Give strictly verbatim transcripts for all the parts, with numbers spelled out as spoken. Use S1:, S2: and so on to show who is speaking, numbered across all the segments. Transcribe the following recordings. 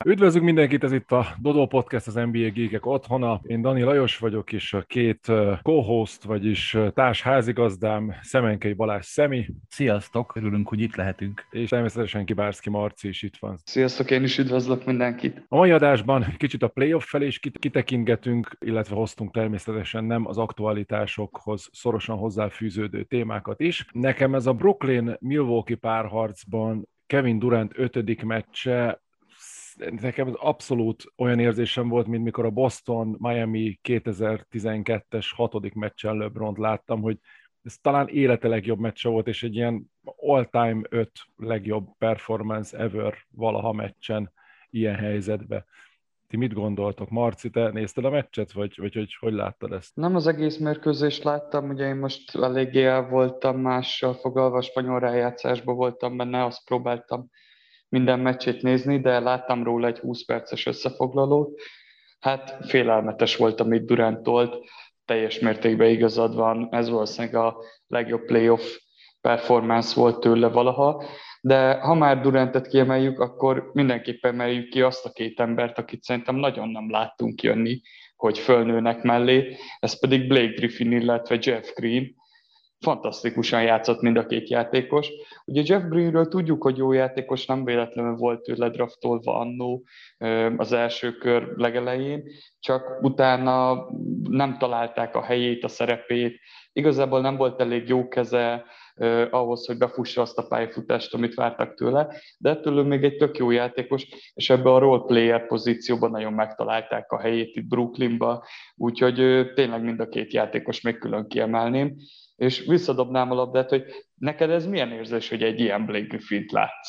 S1: Üdvözlünk mindenkit, ez itt a Dodó Podcast, az en bé á Geekek otthona. Én Dani Lajos vagyok, és a két co-host, vagyis társ házigazdám, Szemenkei Balázs Szemi.
S2: Sziasztok, örülünk, hogy itt lehetünk.
S1: És természetesen Kibárszki Marci is itt van.
S3: Sziasztok, én is üdvözlök mindenkit.
S1: A mai adásban kicsit a playoff felé is kitekintgetünk, illetve hoztunk természetesen nem az aktualitásokhoz szorosan hozzáfűződő témákat is. Nekem ez a Brooklyn-Milwaukee párharcban Kevin Durant ötödik meccse, nekem ez abszolút olyan érzésem volt, mint mikor a Boston-Miami kétezer-tizenkettes hatodik meccsen LeBront láttam, hogy ez talán élete legjobb meccse volt, és egy ilyen all-time öt legjobb performance ever valaha meccsen ilyen helyzetben. Ti mit gondoltok? Marci, te nézted a meccset, vagy, vagy hogy, hogy láttad ezt?
S3: Nem az egész mérkőzést láttam, ugye én most eléggé el voltam mással foglalva, spanyol rájátszásban voltam benne, azt próbáltam minden meccsét nézni, de láttam róla egy húsz perces összefoglalót. Hát félelmetes volt, amit Durant tolt, teljes mértékben igazad van, ez valószínűleg a legjobb playoff performance volt tőle valaha, de ha már Durantet kiemeljük, akkor mindenképpen emeljük ki azt a két embert, akit szerintem nagyon nem láttunk jönni, hogy fölnőnek mellé, ez pedig Blake Griffin, illetve Jeff Green. Fantasztikusan játszott mind a két játékos. Ugye Jeff Greenről tudjuk, hogy jó játékos, nem véletlenül volt tőle draftolva annó az első kör legelején, csak utána nem találták a helyét, a szerepét, igazából nem volt elég jó keze eh, ahhoz, hogy befussa azt a pályafutást, amit vártak tőle, de ettől ő még egy tök jó játékos, és ebben a role player pozícióban nagyon megtalálták a helyét itt Brooklynba, úgyhogy eh, tényleg mind a két játékos még külön kiemelném. És visszadobnám a labdát, hogy neked ez milyen érzés, hogy egy ilyen Blake Griffint látsz?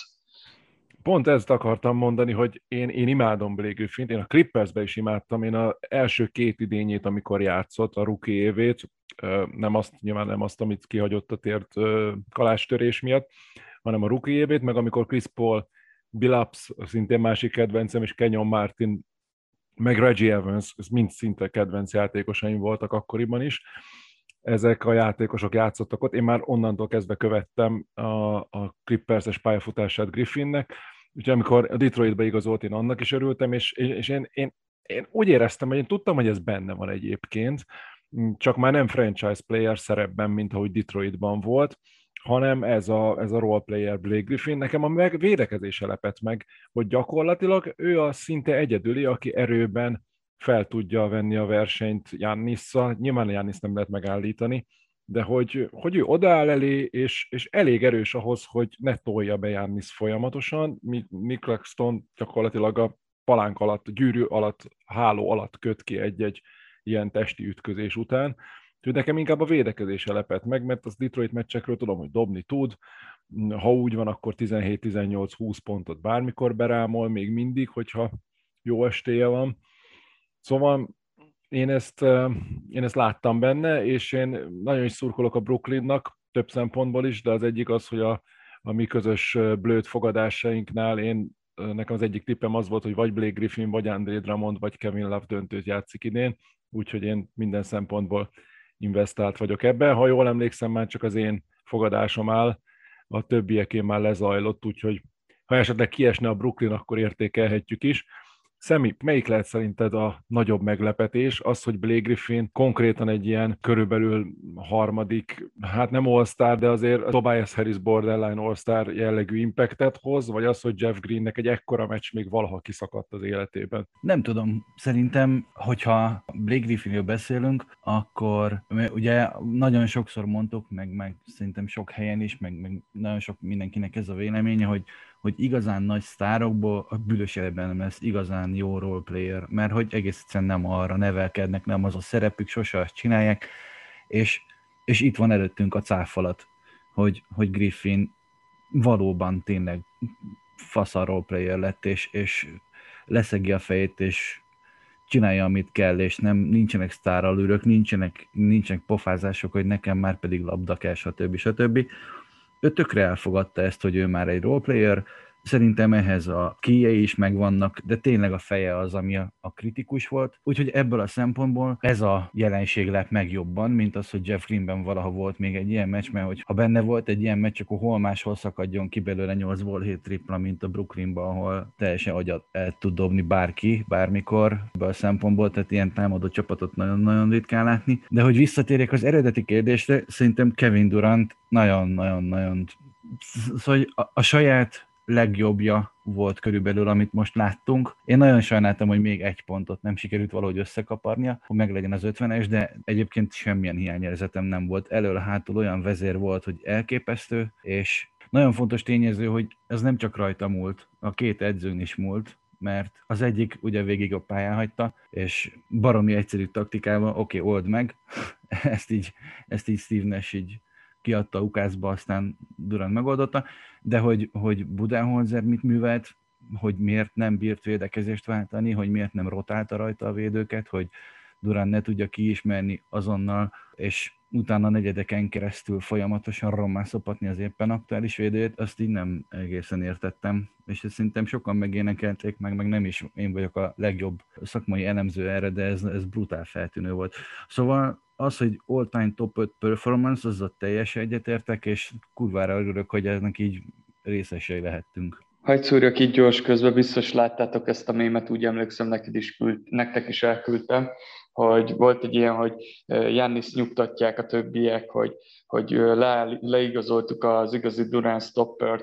S1: Pont ezt akartam mondani, hogy én, én imádom Blake Griffint, én a Clippersbe is imádtam, én az első két idényét, amikor játszott, a rookie évét, nem azt, nyilván nem azt, amit kihagyott a tért kalástörés miatt, hanem a rookie évét, meg amikor Chris Paul, Billups, szintén másik kedvencem, és Kenyon Martin, meg Reggie Evans, ez mind szinte kedvenc játékosaim voltak akkoriban is. Ezek a játékosok játszottak ott. Én már onnantól kezdve követtem a, a Clippers-es pályafutását Griffinnek, úgyhogy amikor a Detroitba igazolt, én annak is örültem, és, és én, én, én úgy éreztem, hogy én tudtam, hogy ez benne van egyébként, csak már nem franchise player szerepben, mint ahogy Detroitban volt, hanem ez a, ez a role player Blake Griffin. Nekem a meg, védekezése lepett meg, hogy gyakorlatilag ő a szinte egyedüli, aki erőben fel tudja venni a versenyt Giannissal. Nyilván Giannis nem lehet megállítani, de hogy, hogy ő odaáll elé, és, és elég erős ahhoz, hogy ne tolja be Giannis folyamatosan. Nick Claxton gyakorlatilag a palánk alatt, a gyűrű alatt, a háló alatt köt ki egy-egy ilyen testi ütközés után. Úgyhogy nekem inkább a védekezése lepett meg, mert az Detroit meccsekről tudom, hogy dobni tud, ha úgy van, akkor tizenhét tizennyolc húsz pontot bármikor berámol, még mindig, hogyha jó estéje van. Szóval én ezt, én ezt láttam benne, és én nagyon is szurkolok a Brooklynnak, több szempontból is, de az egyik az, hogy a, a mi közös blőtt fogadásainknál én, nekem az egyik tippem az volt, hogy vagy Blake Griffin, vagy Andre Drummond, vagy Kevin Love döntőt játszik idén, úgyhogy én minden szempontból investált vagyok ebben. Ha jól emlékszem, már csak az én fogadásom áll, a többieké már lezajlott, úgyhogy ha esetleg kiesne a Brooklyn, akkor értékelhetjük is. Szemi, melyik lehet szerinted a nagyobb meglepetés? Az, hogy Blake Griffin konkrétan egy ilyen körülbelül harmadik, hát nem All-Star, de azért a Tobias Harris borderline All-Star jellegű impactet hoz, vagy az, hogy Jeff Greennek egy ekkora meccs még valaha kiszakadt az életében?
S2: Nem tudom, szerintem, hogyha Blake Griffinről beszélünk, akkor ugye nagyon sokszor mondtuk, meg, meg szerintem sok helyen is, meg, meg nagyon sok mindenkinek ez a véleménye, hogy hogy igazán nagy sztárokból a büdös életben nem lesz igazán jó role player, mert hogy egész egyszerűen nem arra nevelkednek, nem az a szerepük, sose azt csinálják, és, és itt van előttünk a cáfalat, hogy, hogy Griffin valóban tényleg fasza role player lett, és, és leszegi a fejét, és csinálja, amit kell, és nem, nincsenek sztáralőrök, nincsenek, nincsenek pofázások, hogy nekem már pedig labda kell, stb. stb. Ő tökre elfogadta ezt, hogy ő már egy roleplayer, Szerintem ehhez a kíjai is megvannak, de tényleg a feje az, ami a, a kritikus volt. Úgyhogy ebből a szempontból ez a jelenség lett meg jobban, mint az, hogy Jeff Greenben valaha volt még egy ilyen meccs, mert hogy ha benne volt egy ilyen meccs, akkor hol máshol szakadjon ki belőle nyolc volt hét tripla, mint a Brooklynban, ahol teljesen agyat el tud dobni bárki, bármikor ebből a szempontból, tehát ilyen támadó csapatot nagyon-nagyon ritkán látni. De hogy visszatérjek az eredeti kérdésre, szerintem Kevin Durant nagyon-nagyon-nagyon, szóval a, a saját legjobbja volt körülbelül, amit most láttunk. Én nagyon sajnáltam, hogy még egy pontot nem sikerült valahogy összekaparnia, hogy meglegyen az ötvenes, de egyébként semmilyen hiányérzetem nem volt. Elől-hátul olyan vezér volt, hogy elképesztő, és nagyon fontos tényező, hogy ez nem csak rajta múlt, a két edzőn is múlt, mert az egyik ugye végig a pályán hagyta, és baromi egyszerű taktikával, oké, okay, old meg, ezt így, ezt így Steve Nash így kiadta ukázba, aztán Durant megoldotta, de hogy, hogy Budenholzer mit művelt, hogy miért nem bírt védekezést váltani, hogy miért nem rotálta rajta a védőket, hogy Durant ne tudja kiismerni azonnal, és utána negyedeken keresztül folyamatosan romászopatni az éppen aktuális védőjét, azt így nem egészen értettem, és ezt szerintem sokan megénekelték, meg, meg nem is én vagyok a legjobb szakmai elemző erre, de ez, ez brutál feltűnő volt. Szóval az, hogy all-time top öt performance, azzal teljesen egyetértek, és kurvára örülök, hogy ennek így részesei lehettünk.
S3: Hagy szúrjak így gyors közben, biztos láttátok ezt a mémet, úgy emlékszem, neked is küld, nektek is elküldtem, hogy volt egy ilyen, hogy Giannis nyugtatják a többiek, hogy, hogy le, leigazoltuk az igazi Durant stoppert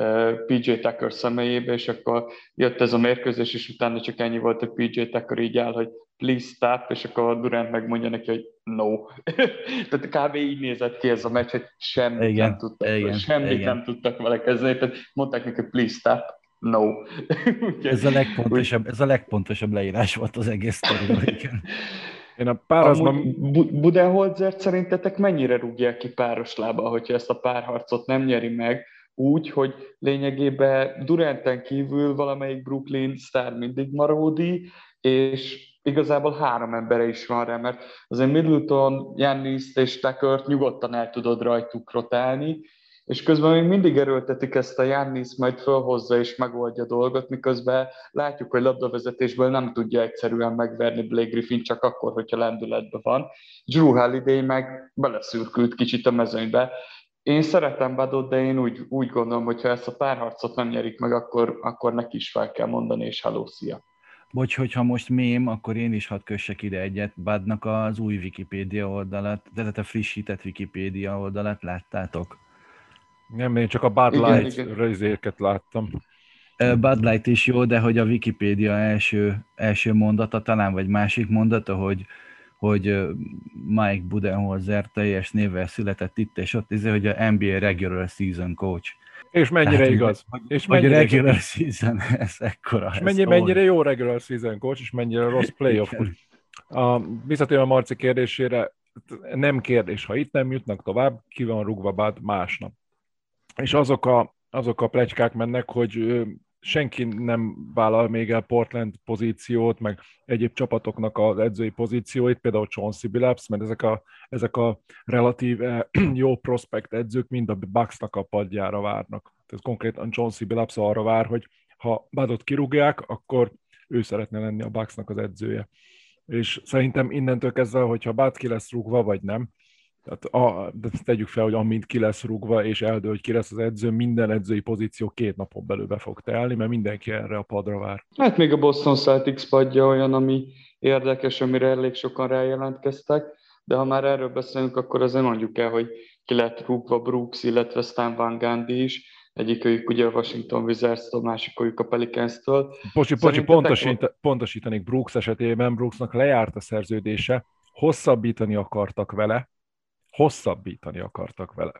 S3: pé jé Tucker személyébe, és akkor jött ez a mérkőzés, és utána csak ennyi volt, hogy pé jé Tucker így áll, hogy please stop, és akkor Durant megmondja neki, hogy no. Tehát kb. Így nézett ki ez a meccs, hogy semmit
S2: igen,
S3: nem tudtak,
S2: igen,
S3: semmit
S2: igen.
S3: nem tudtak vele kezdeni, tehát mondták neki, hogy please stop, no.
S2: ez, a legpontosabb, ez a legpontosabb leírás volt az egész sztoriról, igen.
S1: Én a párazban...
S3: Amúgy Budenholzert szerintetek mennyire rúgják ki páros lába, hogyha ezt a párharcot nem nyeri meg, úgy, hogy lényegében Duranten kívül valamelyik Brooklyn sztár mindig maródi, és igazából három embere is van rá, mert azért Middleton, Giannis és Tuckert nyugodtan el tudod rajtuk rotálni, és közben még mindig erőltetik ezt a Giannis, majd fölhozza és megoldja a dolgot, miközben látjuk, hogy labdavezetésből nem tudja egyszerűen megverni Blake Griffin csak akkor, hogyha lendületben van. Drew Holiday meg beleszürkült kicsit a mezőnybe. Én szeretem Badot, de én úgy, úgy gondolom, hogy ha ezt a párharcot nem nyerik meg, akkor, akkor neki is fel kell mondani, és hello, szia.
S2: Bocs, hogyha most mém, akkor én is hadd kössek ide egyet. Badnak az új Wikipédia oldalát, tehát a frissített Wikipédia oldalát láttátok?
S1: Nem, én csak a Bud Light röjzéket láttam.
S2: Bud Light is jó, de hogy a Wikipédia első, első mondata, talán vagy másik mondata, hogy, hogy Mike Budenholzer teljes névvel született itt, és ott izé, hogy a en bé á Regular Season Coach.
S1: És mennyire Tehát, igaz.
S2: Hogy,
S1: és
S2: hogy
S1: mennyire
S2: regular season, ez ekkora.
S1: És mennyi, mennyire jó regular season coach, és mennyire rossz playoff coach. A, visszatérve a Marci kérdésére, nem kérdés, ha itt nem jutnak tovább, ki van rúgva Bud másnap. És azok a, azok a pletykák mennek, hogy senki nem vállal még el Portland pozíciót, meg egyéb csapatoknak az edzői pozícióit, például Chauncey Billups, mert ezek a, ezek a relatív jó prospekt edzők mind a Bucksnak a padjára várnak. Tehát konkrétan Chauncey Billups arra vár, hogy ha Budot kirúgják, akkor ő szeretne lenni a Bucksnak az edzője. És szerintem innentől kezdve, hogyha Bud ki lesz rúgva, vagy nem, tehát a, de tegyük fel, hogy amint ki lesz rúgva, és eldől, hogy ki lesz az edző, minden edzői pozíció két napon belül be fog telni, mert mindenki erre a padra vár.
S3: Hát még a Boston Celtics padja olyan, ami érdekes, amire elég sokan rájelentkeztek, de ha már erről beszélünk, akkor azért mondjuk el, hogy ki lett rúgva Brooks, illetve Stan Van Gundy is, egyikőjük ugye a Washington Wizards-től, másikőjük a Pelicans-től.
S1: Bocsi, bocsi pontosít, pontosítanék Brooks esetében, Brooksnak lejárt a szerződése, hosszabbítani akartak vele, hosszabbítani akartak vele.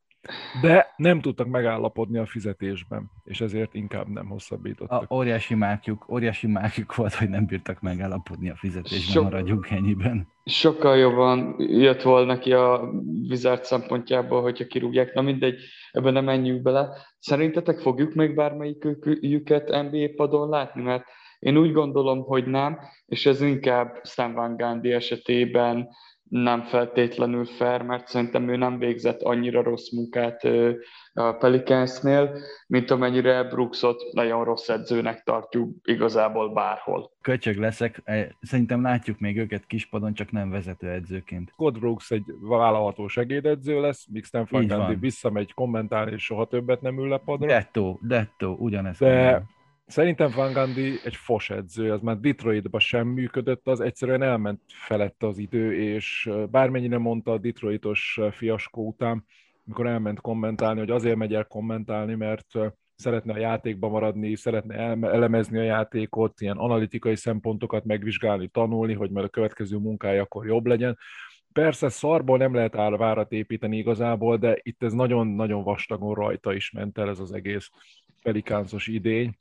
S1: De nem tudtak megállapodni a fizetésben, és ezért inkább nem hosszabbítottak.
S2: A óriási mákjuk, óriási mákjuk volt, hogy nem bírtak megállapodni a fizetésben, so, maradjunk ennyiben.
S3: Sokkal jobban jött volna neki a Wizard szempontjából, hogyha kirúgják. Na mindegy, ebben nem menjünk bele. Szerintetek fogjuk még bármelyiküket en bé á padon látni? Mert én úgy gondolom, hogy nem, és ez inkább Stan Van Gundy esetében nem feltétlenül fair, mert szerintem ő nem végzett annyira rossz munkát a Pelicansnél, mint amennyire Brooksot nagyon rossz edzőnek tartjuk igazából bárhol.
S2: Köcsög leszek, szerintem látjuk még őket kispadon, csak nem vezetőedzőként.
S1: Scott Brooks egy vállalható segédedző lesz, míg Stan Van
S2: Így
S1: Gundy
S2: van.
S1: visszamegy kommentálni, és soha többet nem ül le padra.
S2: Dettó, dettó, ugyanezt
S1: De
S2: mondom.
S1: szerintem Van Gundy egy fos edző, az már Detroitban sem működött, az egyszerűen elment felette az idő, és bármennyire mondta a Detroitos fiaskó után, amikor elment kommentálni, hogy azért megy el kommentálni, mert szeretne a játékban maradni, szeretne elemezni a játékot, ilyen analitikai szempontokat megvizsgálni, tanulni, hogy majd a következő munkája akkor jobb legyen. Persze szarból nem lehet várat építeni igazából, de itt ez nagyon-nagyon vastagon rajta is ment el ez az egész Pelicánsos idény,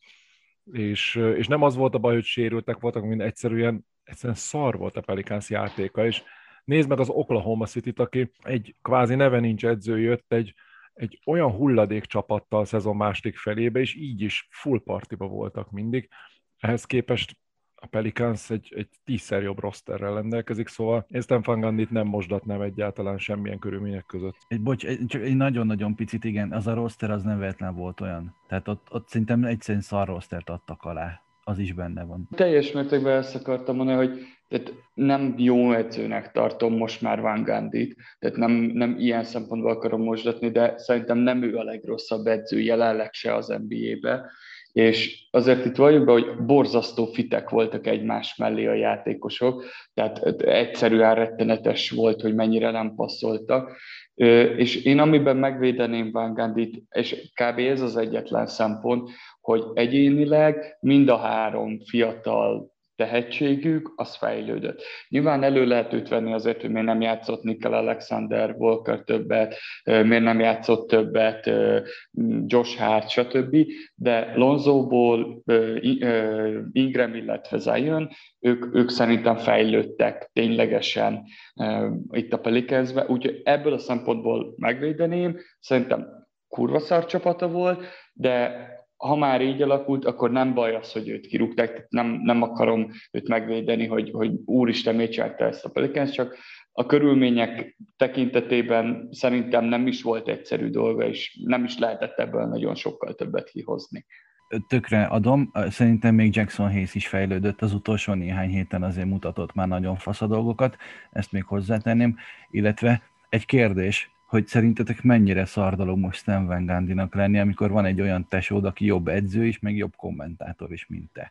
S1: és, és nem az volt a baj, hogy sérültek voltak, mint egyszerűen, egyszerűen szar volt a Pelicans játéka, és nézd meg az Oklahoma Cityt, aki egy kvázi neve nincs edző jött, egy, egy olyan hulladék csapattal a szezon második felébe, és így is full partiba voltak mindig. Ehhez képest a Pelicans egy, egy tízszer jobb rosterrel rendelkezik, szóval én Stan Van Gundyt nem mosdatnám egyáltalán semmilyen körülmények között.
S2: Egy, bocs, egy, csak egy nagyon-nagyon picit, igen, az a roster az nem véletlen volt olyan. Tehát ott, ott szerintem egyszerűen szar rostert adtak alá. Az is benne van.
S3: Teljes mértékben ezt akartam mondani, hogy tehát nem jó edzőnek tartom most már Van Gundyt, tehát nem, nem ilyen szempontból akarom mosdatni, de szerintem nem ő a legrosszabb edző jelenleg se az en bé á-be, és azért itt valljuk be, hogy borzasztó fitek voltak egymás mellé a játékosok, tehát egyszerűen rettenetes volt, hogy mennyire nem passzoltak, és én amiben megvédeném Van Gundyt, és kb. Ez az egyetlen szempont, hogy egyénileg mind a három fiatal tehetségük, az fejlődött. Nyilván elő lehet őt venni azért, hogy miért nem játszott Nickel Alexander Walker többet, miért nem játszott többet Josh Hart, stb. De Lonzoból Ingram, illetve Zion, ők, ők szerintem fejlődtek ténylegesen itt a Pelicansbe, úgyhogy ebből a szempontból megvédeném, szerintem kurva szar csapata volt, de ha már így alakult, akkor nem baj az, hogy őt kirúgták, nem, nem akarom őt megvédeni, hogy, hogy úristen, miért csinálta ezt a Pelicans, csak a körülmények tekintetében szerintem nem is volt egyszerű dolga, és nem is lehetett ebből nagyon sokkal többet kihozni.
S2: Tökre adom, szerintem még Jackson Hayes is fejlődött az utolsó néhány héten, azért mutatott már nagyon fasz a dolgokat, ezt még hozzátenném, illetve egy kérdés, hogy szerintetek mennyire szar dolog most Stan Van Gundynak lenni, amikor van egy olyan tesód, aki jobb edző is, meg jobb kommentátor is, mint te.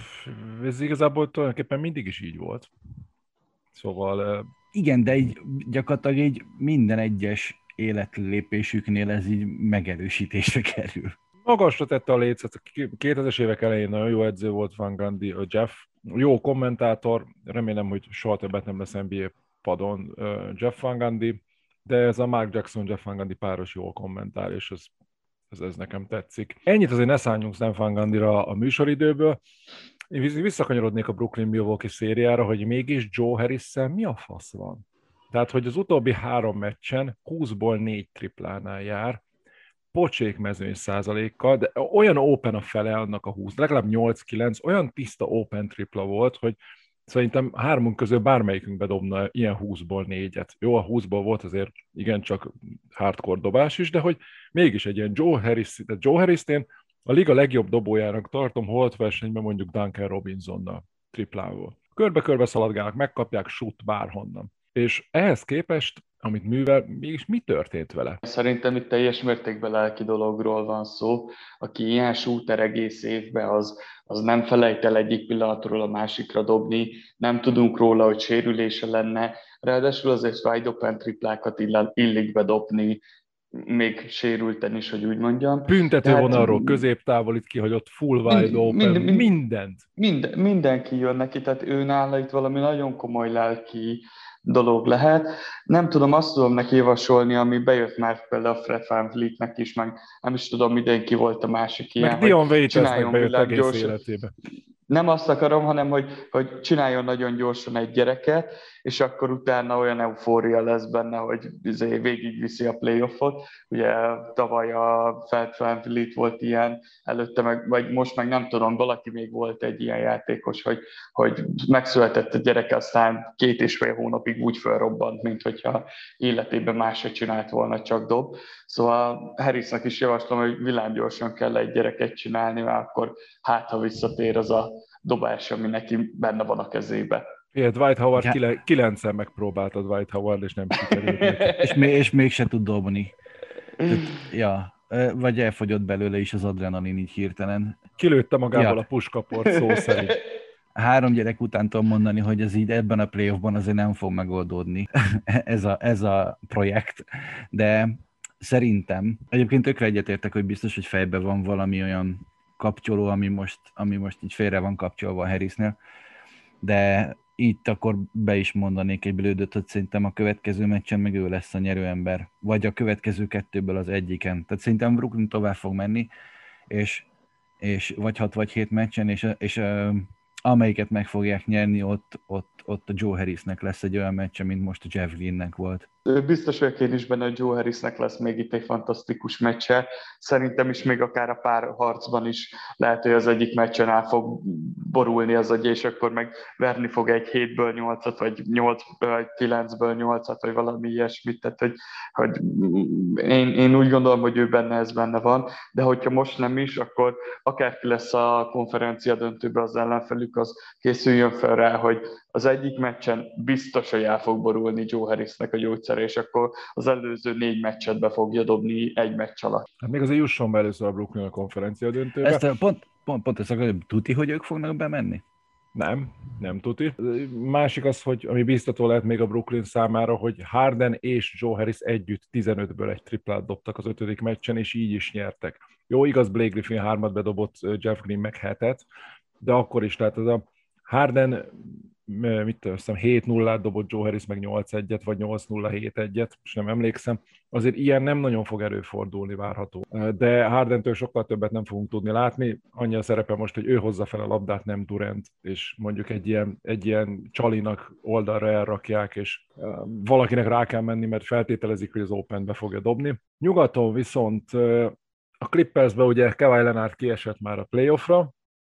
S1: Ez igazából tulajdonképpen mindig is így volt. Szóval...
S2: Igen, de így gyakorlatilag így minden egyes életlépésüknél ez így megerősítésre kerül.
S1: Magasra tette a lécet, a kétezres évek elején nagyon jó edző volt Van Gundy, a Jeff, jó kommentátor, remélem, hogy soha többet nem lesz en bé á padon Jeff Van Gundy, de ez a Mark Jackson-Jeff Van Gundy páros jól kommentál, és ez, ez, ez nekem tetszik. Ennyit azért ne szálljunk Stan Van Gundyra a műsoridőből. Én visszakanyarodnék a Brooklyn-Milwaukee szériára, hogy mégis Joe Harris-szel mi a fasz van? Tehát, hogy az utóbbi három meccsen húszból négy triplánál jár, pocsék mezőny százalékkal, de olyan open a fele annak a húsz, legalább nyolc kilenc, olyan tiszta open tripla volt, hogy szerintem hármunk közül bármelyikünk bedobna ilyen húszból négyet. Jó, a húszból volt azért igencsak hardcore dobás is, de hogy mégis egy ilyen Joe Harris, de Joe Harris-t én a liga legjobb dobójának tartom, holt versenyben mondjuk Duncan Robinsonnal triplával. Körbe-körbe szaladgálnak, megkapják, shoot bárhonnan. És ehhez képest, amit művel, mégis mi történt vele?
S3: Szerintem itt teljes mértékben lelki dologról van szó. Aki ilyen shooter egész évben, az, az nem felejt el egyik pillanatról a másikra dobni, nem tudunk róla, hogy sérülése lenne, ráadásul azért wide open triplákat illik bedobni, még sérülten is, hogy úgy mondjam.
S1: Büntető vonalról középtávol itt kihagyott full wide mind, open, mind, mind, mindent.
S3: Mind, mindenki jön neki, tehát ő nála itt valami nagyon komoly lelki dolog lehet. Nem tudom, azt tudom neki javasolni, ami bejött már például a Fred VanVleetnek is, meg nem is tudom, mindenki volt a másik ilyen.
S1: Meg Dion Waiters-nek bejött egész életébe.
S3: Nem azt akarom, hanem hogy, hogy csináljon nagyon gyorsan egy gyereket, és akkor utána olyan eufória lesz benne, hogy végigviszi a playoffot. Ugye tavaly a Fred VanVleet volt ilyen, előtte meg, vagy most meg nem tudom, valaki még volt egy ilyen játékos, hogy, hogy megszületett a gyereke, aztán két és fél hónapig úgy felrobbant, mint hogyha életében máshogy csinált volna, csak dob. Szóval Harrisnak is javaslom, hogy villámgyorsan kell egy gyereket csinálni, mert akkor hát, ha visszatér az a dobás, ami neki benne van a kezébe.
S1: Ilyet, Dwight Howard ja. kilencszer megpróbáltad Dwight Howard, és nem sikerült neki.
S2: és, még, és mégse tud dobni. Tehát, ja, vagy elfogyott belőle is az adrenalin így hirtelen.
S1: Kilőtte magából
S2: ja.
S1: a puskaport szó szerint.
S2: Három gyerek után tudom mondani, hogy ez így ebben a playoffban azért nem fog megoldódni ez a, ez a projekt, de szerintem, egyébként tökre egyetértek, hogy biztos, hogy fejben van valami olyan kapcsoló, ami most, ami most így félre van kapcsolva a Harrisnél, de itt akkor be is mondanék egy blődöt, hogy szerintem a következő meccsen meg ő lesz a nyerőember, vagy a következő kettőből az egyiken. Tehát szerintem Brooklyn tovább fog menni, és, és vagy hat vagy hét meccsen, és, és amelyiket meg fogják nyerni, ott, ott, ott a Joe Harrisnek lesz egy olyan meccse, mint most a Jeff Greennek volt.
S3: Biztos vagyok én is benne, hogy Joe Harrisnek lesz még itt egy fantasztikus meccse. Szerintem is még akár a pár harcban is lehet, hogy az egyik meccsen el fog borulni az agy, és akkor meg verni fog egy hétből nyolcat, vagy nyolcból, kilencből nyolcat, vagy valami ilyesmit. Tehát, hogy, hogy én, én úgy gondolom, hogy ő benne, ez benne van, de hogyha most nem is, akkor akárki lesz a konferencia döntőben az ellenfelük, az készüljön fel rá, hogy az egyik meccsen biztos, hogy el fog borulni Joe Harrisnek a gyógyszere, és akkor az előző négy meccset be fogja dobni egy meccs alatt.
S1: Hát még azért jusson be először a Brooklyn a konferencia döntőbe.
S2: Ezt a, pont, pont, pont ezt akarom, tuti, hogy ők fognak bemenni?
S1: Nem, nem tuti. Másik az, hogy ami biztató lehet még a Brooklyn számára, hogy Harden és Joe Harris együtt tizenötből egy triplát dobtak az ötödik meccsen, és így is nyertek. Jó, igaz, Blake Griffin hármat bedobott, Jeff Green meg hetet, de akkor is, tehát ez a Harden mit tudom, hét nullát dobott, Joe Harris meg nyolc egyet, vagy nyolc nulla hét egyet, és nem emlékszem. Azért ilyen nem nagyon fog előfordulni várható. De Hardentől sokkal többet nem fogunk tudni látni. Annyi a szerepe most, hogy ő hozza fel a labdát, nem Durant, és mondjuk egy ilyen, egy ilyen csalinak oldalra elrakják, és valakinek rá kell menni, mert feltételezik, hogy az Open-be fogja dobni. Nyugaton viszont a Clippersbe ugye Kawhi Leonard kiesett már a playoffra.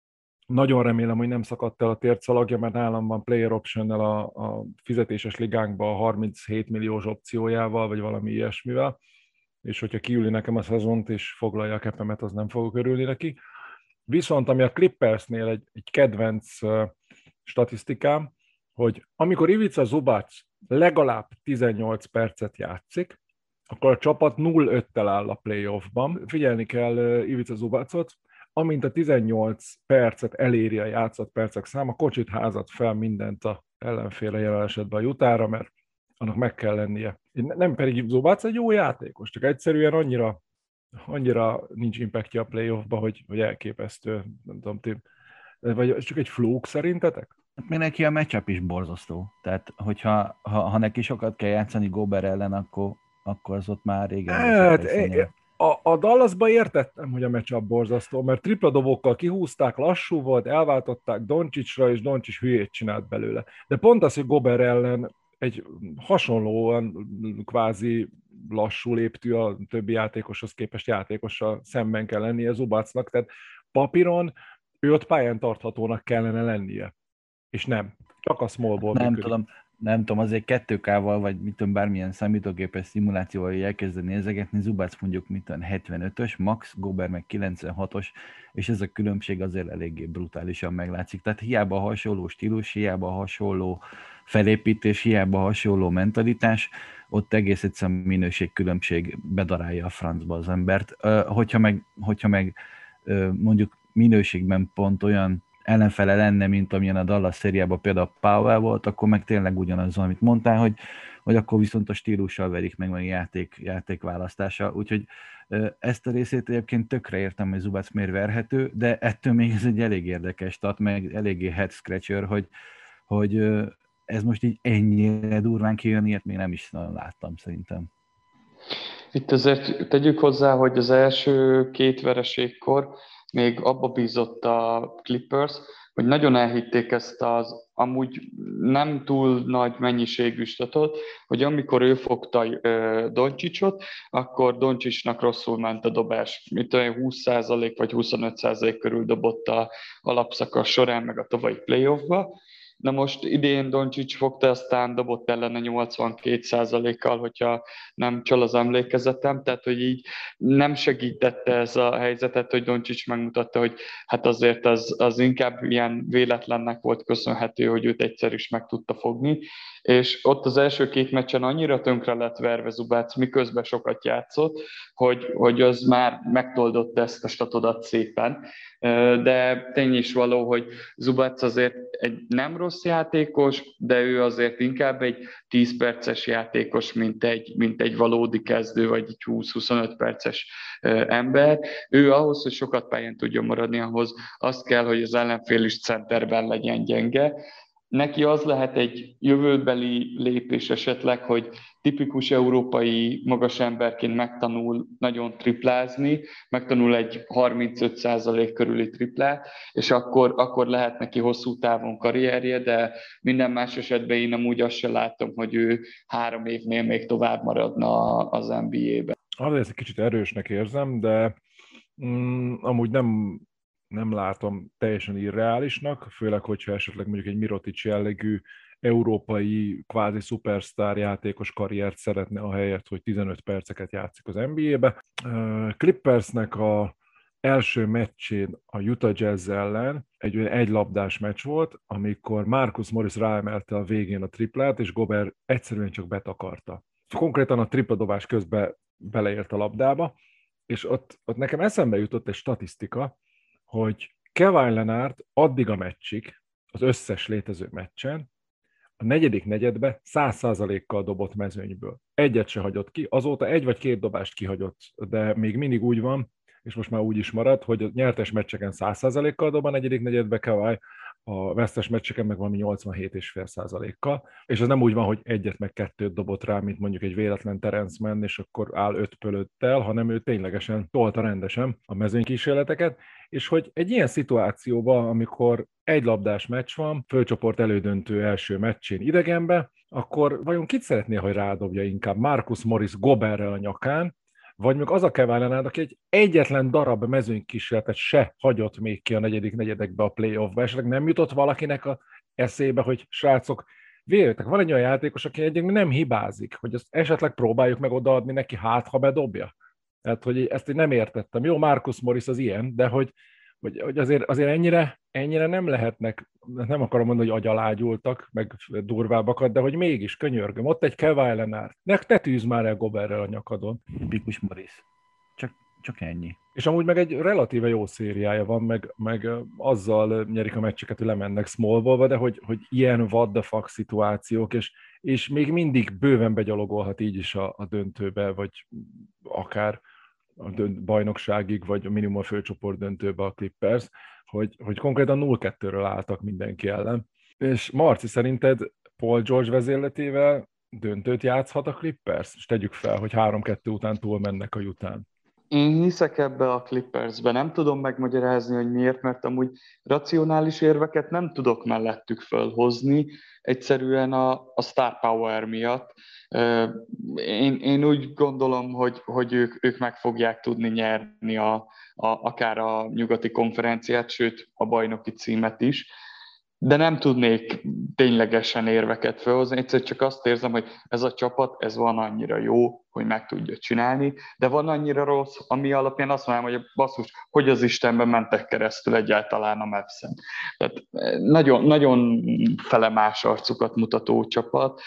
S1: Nagyon remélem, hogy nem szakadt el a tércalagja, mert nálam van player optionnel a, a fizetéses ligánkban a harminchét milliós opciójával, vagy valami ilyesmivel, és hogyha kiüli nekem a szezont, és foglalja a kepemet, az nem fogok örülni neki. Viszont ami a Clippersnél egy, egy kedvenc uh, statisztikám, hogy amikor Ivica Zubac legalább tizennyolc percet játszik, akkor a csapat nulla öttel áll a playoffban. Figyelni kell uh, Ivica Zubacot, amint a tizennyolc percet eléri a játszott percek száma, kocsit házat fel mindent a ellenféle jelen esetben a Utahra, mert annak meg kell lennie. Nem pedig Zubac egy jó játékos, csak egyszerűen annyira, annyira nincs impactja a playoffba, hogy, hogy elképesztő. Nem tudom, ti, vagy csak egy flók szerintetek?
S2: Hát még neki a matchup is borzasztó. Tehát, hogyha ha, ha neki sokat kell játszani Gobert ellen, akkor, akkor az ott már régen...
S1: Hát, A, a Dallasba értettem, hogy a matchup borzasztó, mert tripla dobókkal kihúzták, lassú volt, elváltották Doncsicsra, és Doncsics hülyét csinált belőle. De pont az, hogy Gobert ellen egy hasonlóan kvázi lassú léptű a többi játékoshoz képest játékossal szemben kell lennie Zubacnak, tehát papíron ő ott pályán tarthatónak kellene lennie. És nem. Csak a smallból
S2: Nem
S1: működik.
S2: tudom. Nem tudom, azért kettő K-val, vagy mit tudom, bármilyen számítógépes szimulációval elkezdeni nézegetni, Zubac mondjuk mit tudom, hetvenötös, Max, Gobert meg kilencvenhatos, és ez a különbség azért eléggé brutálisan meglátszik. Tehát hiába hasonló stílus, hiába hasonló felépítés, hiába hasonló mentalitás, ott egész egyszerűen minőségkülönbség bedarálja a francba az embert. Hogyha meg, hogyha meg mondjuk minőségben pont olyan ellenfele lenne, mint amilyen a Dallas szériában például Powell volt, akkor meg tényleg ugyanaz, amit mondtál, hogy, hogy akkor viszont a stílussal verik meg, meg játék, játékválasztása. Úgyhogy ezt a részét egyébként tökre értem, hogy Zubac miért verhető, de ettől még ez egy elég érdekes stat, meg eléggé head scratcher, hogy, hogy ez most így ennyire durván kijön, ilyet még nem is nagyon láttam szerintem.
S3: Itt azért tegyük hozzá, hogy az első két vereségkor még abba bízott a Clippers, hogy nagyon elhitték ezt az amúgy nem túl nagy mennyiségű statot, hogy amikor ő fogta Doncsicsot, akkor Doncsicsnak rosszul ment a dobás. Mit olyan húsz százalék vagy huszonöt százalék körül dobott a alapszakasz során, meg a tavalyi playoffba. Na most idén Doncsics fogta, aztán dobott ellene nyolcvankét százalékkal, hogyha nem csal az emlékezetem, tehát hogy így nem segítette ez a helyzetet, hogy Doncsics megmutatta, hogy hát azért az, az inkább ilyen véletlennek volt köszönhető, hogy őt egyszer is meg tudta fogni, és ott az első két meccsen annyira tönkre lett verve Zubac, miközben sokat játszott, hogy, hogy az már megtoldott ezt a statodat szépen, de tény is való, hogy Zubac azért egy nem rossz játékos, de ő azért inkább egy tíz perces játékos, mint egy, mint egy valódi kezdő, vagy egy húsz-huszonöt perces ember. Ő ahhoz, hogy sokat pályán tudjon maradni, ahhoz azt kell, hogy az ellenfél is centerben legyen gyenge. Neki az lehet egy jövőbeli lépés esetleg, hogy tipikus európai magas emberként megtanul nagyon triplázni, megtanul egy harmincöt százalék körüli triplát, és akkor, akkor lehet neki hosszú távon karrierje, de minden más esetben én amúgy azt sem látom, hogy ő három évnél még tovább maradna az en bé á-ben.
S1: Azért ezt egy kicsit erősnek érzem, de mm, amúgy nem... nem látom teljesen irreálisnak, főleg, hogyha esetleg mondjuk egy Mirotic jellegű európai kvázi szupersztár játékos karriert szeretne a helyet, hogy tizenöt perceket játszik az en bé á-be. Clippersnek a első meccsén a Utah Jazz ellen egy egy labdás meccs volt, amikor Marcus Morris ráemelte a végén a triplát, és Gobert egyszerűen csak betakarta. Konkrétan a tripladobás közben beleért a labdába, és ott, ott nekem eszembe jutott egy statisztika, hogy Kawhi Leonard addig a meccsig, az összes létező meccsen, a negyedik negyedbe száz százalékkal dobott mezőnyből. Egyet se hagyott ki, azóta egy vagy két dobást kihagyott, de még mindig úgy van, és most már úgy is marad, hogy a nyertes meccseken száz százalékkal dob a negyedik negyedbe Kawhi, a vesztes meccseken meg valami nyolcvanhét egész öt százalékkal, és ez nem úgy van, hogy egyet meg kettőt dobott rá, mint mondjuk egy véletlen Terence Mann, és akkor áll öt fölöttel, hanem ő ténylegesen tolta rendesen a mezőnykísérleteket, és hogy egy ilyen szituációban, amikor egy labdás meccs van, fölcsoport elődöntő első meccsén idegenbe, akkor vajon kit szeretné, hogy rádobja inkább Marcus Morris Goberrel a nyakán, vagy még az a Kawhi Leonard, aki egy egyetlen darab mezőnykísérletet se hagyott még ki a negyedik negyedekbe a playoffba, esetleg nem jutott valakinek a eszébe, hogy srácok, véljetek, van egy olyan játékos, aki egyébként nem hibázik, hogy ezt esetleg próbáljuk meg odaadni neki, hát ha bedobja. Tehát, hogy ezt én nem értettem. Jó, Marcus Morris az ilyen, de hogy, hogy, hogy azért, azért ennyire, ennyire nem lehetnek, nem akarom mondani, hogy agyalágyultak, meg durvábbakat, de hogy mégis, könyörgöm, ott egy Kawhi Leonard. Ne, ne tűzz már el Goberrel a nyakadon.
S2: Tipikus Morris. Csak, csak ennyi.
S1: És amúgy meg egy relatíve jó szériája van, meg, meg azzal nyerik a meccseket, hogy lemennek small ballba, de hogy, hogy ilyen what the fuck szituációk, és, és még mindig bőven begyalogolhat így is a, a döntőbe, vagy akár a dönt, bajnokságig, vagy minimum a főcsoport döntőbe a Clippers, hogy, hogy konkrétan nulla kettőről álltak mindenki ellen. És Marci, szerinted Paul George vezérletével döntőt játszhat a Clippers? És tegyük fel, hogy három kettő után túl mennek a Utahn.
S3: Én hiszek ebbe a Clippersbe, nem tudom megmagyarázni, hogy miért, mert amúgy racionális érveket nem tudok mellettük fölhozni, egyszerűen a, a star power miatt. Én, én úgy gondolom, hogy, hogy ők, ők meg fogják tudni nyerni a, a, akár a nyugati konferenciát, sőt a bajnoki címet is. De nem tudnék ténylegesen érveket felhozni, egyszerűen csak azt érzem, hogy ez a csapat, ez van annyira jó, hogy meg tudja csinálni, de van annyira rossz, ami alapján azt mondom, hogy basszus, hogy az Istenben mentek keresztül egyáltalán a Mavs-en. Tehát nagyon, nagyon felemás arcukat mutató csapat,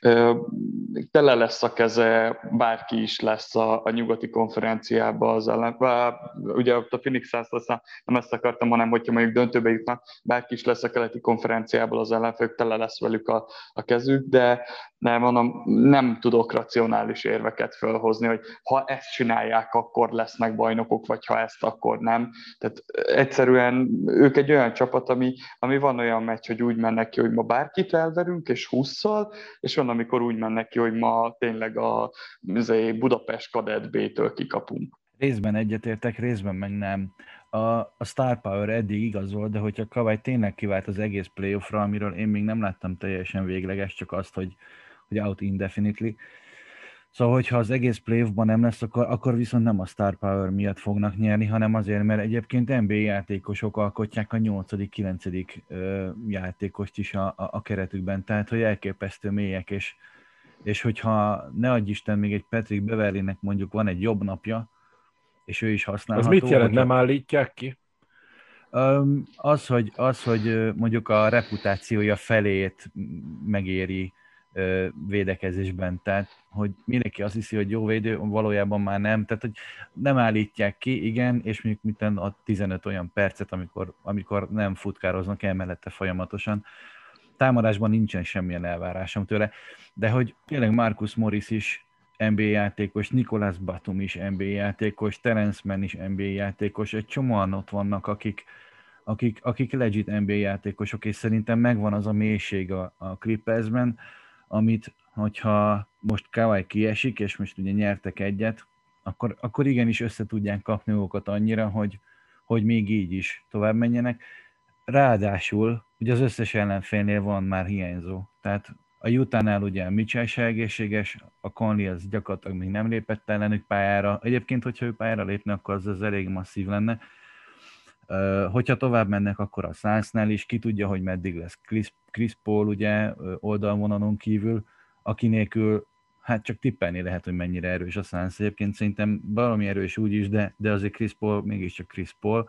S3: tele lesz a keze, bárki is lesz a, a nyugati konferenciában az ellen. Ugye a Phoenix Suns lesz, nem ezt akartam, hanem hogyha mondjuk döntőbe jutnak, bárki is lesz a keleti konferenciából az ellenfők, tele lesz velük a, a kezük, de nem, mondom, nem tudok racionális érveket fölhozni, hogy ha ezt csinálják, akkor lesznek bajnokok, vagy ha ezt, akkor nem. Tehát egyszerűen ők egy olyan csapat, ami, ami van olyan meccs, hogy úgy mennek ki, hogy ma bárkit elverünk, és hússzal, és van, amikor úgy mennek ki, hogy ma tényleg a Budapest Kadett B-től kikapunk.
S2: Részben egyetértek, részben meg nem. a, a Star Power eddig igaz volt, de hogyha Kawhi tényleg kivált az egész playoffra, amiről én még nem láttam teljesen végleges, csak azt, hogy, hogy out indefinitely. Szóval, hogyha az egész playoffban nem lesz, akkor, akkor viszont nem a Star Power miatt fognak nyerni, hanem azért, mert egyébként en bé á játékosok alkotják a nyolcadik kilencedik játékost is a, a, a keretükben, tehát hogy elképesztő mélyek, és, és hogyha ne adj Isten, még egy Patrick Beverlynek mondjuk van egy jobb napja, és ő is használható.
S1: Az mit jelent,
S2: hogyha...
S1: nem állítják ki?
S2: Az hogy, az, hogy mondjuk a reputációja felét megéri védekezésben, tehát hogy mindenki azt hiszi, hogy jó védő, valójában már nem, tehát hogy nem állítják ki, igen, és mondjuk miten a tizenöt olyan percet, amikor, amikor nem futkároznak el mellette folyamatosan. Támadásban nincsen semmilyen elvárásom tőle, de hogy tényleg Marcus Morris is en bé á játékos, Nicolas Batum is en bé á játékos, Terence Mann is en bé á játékos, egy csomóan ott vannak, akik, akik, akik legit en bé á játékosok, és szerintem megvan az a mélység a, a Clippersben, amit, hogyha most Kawhi kiesik, és most ugye nyertek egyet, akkor, akkor igenis össze tudják kapni magukat annyira, hogy, hogy még így is tovább menjenek. Ráadásul, ugye az összes ellenfélnél van már hiányzó. Tehát a Utah-nál ugye Mitchell se egészséges, a Conley az gyakorlatilag még nem lépett ellenük pályára. Egyébként, hogyha ő pályára lépne, akkor az, az elég masszív lenne. Uh, hogyha tovább mennek, akkor a Sunsnál is, ki tudja, hogy meddig lesz Chris, Chris Paul, ugye, oldalvonalon kívül, aki nélkül, hát csak tippelni lehet, hogy mennyire erős a Suns. Egyébként szerintem valami erős úgy is, de, de azért Chris Paul mégiscsak Chris Paul.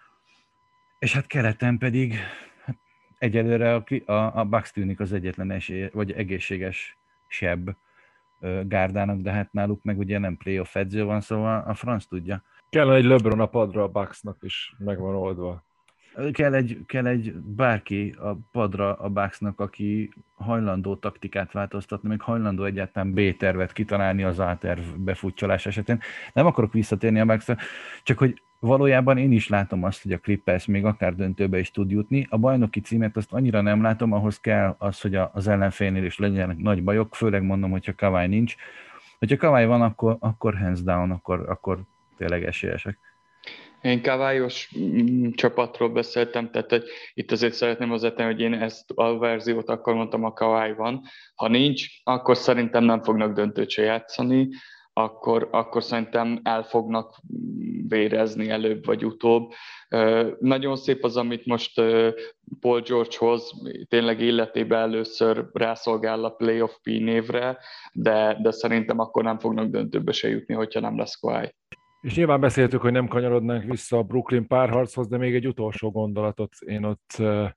S2: És hát keleten pedig hát egyelőre a, a, a Bucks tűnik az egyetlen esély, vagy egészséges sebb uh, gárdának, de hát náluk meg ugye nem playoff edző van, szóval a franc tudja.
S1: Kellene egy LeBron a padra a Bucksnak is, meg van oldva.
S2: Kell egy, kell egy bárki a padra a Bucksnak, aki hajlandó taktikát változtatni, meg hajlandó egyáltalán B-tervet kitalálni az A-terv befutcsolás esetén. Nem akarok visszatérni a Bucksra, csak hogy valójában én is látom azt, hogy a Clippers még akár döntőbe is tud jutni. A bajnoki címet azt annyira nem látom, ahhoz kell az, hogy az ellenfélnél is legyenek nagy bajok, főleg mondom, hogyha Kawhi nincs. Hogyha Kawhi van, akkor, akkor hands down, akkor, akkor tényleg esélyesek.
S3: Én Kawhi-os csapatról beszéltem, tehát hogy itt azért szeretném hozzátenni, hogy én ezt a verziót akkor mondtam, a Kawhi van. Ha nincs, akkor szerintem nem fognak döntőt se játszani, akkor, akkor szerintem el fognak vérezni előbb vagy utóbb. Nagyon szép az, amit most Paul George hoz, tényleg életében először rászolgál a playoff P névre, de, de szerintem akkor nem fognak döntőbe se jutni, hogyha nem lesz Kawhi.
S1: És nyilván beszéltük, hogy nem kanyarodnánk vissza a Brooklyn párharchoz, de még egy utolsó gondolatot én ott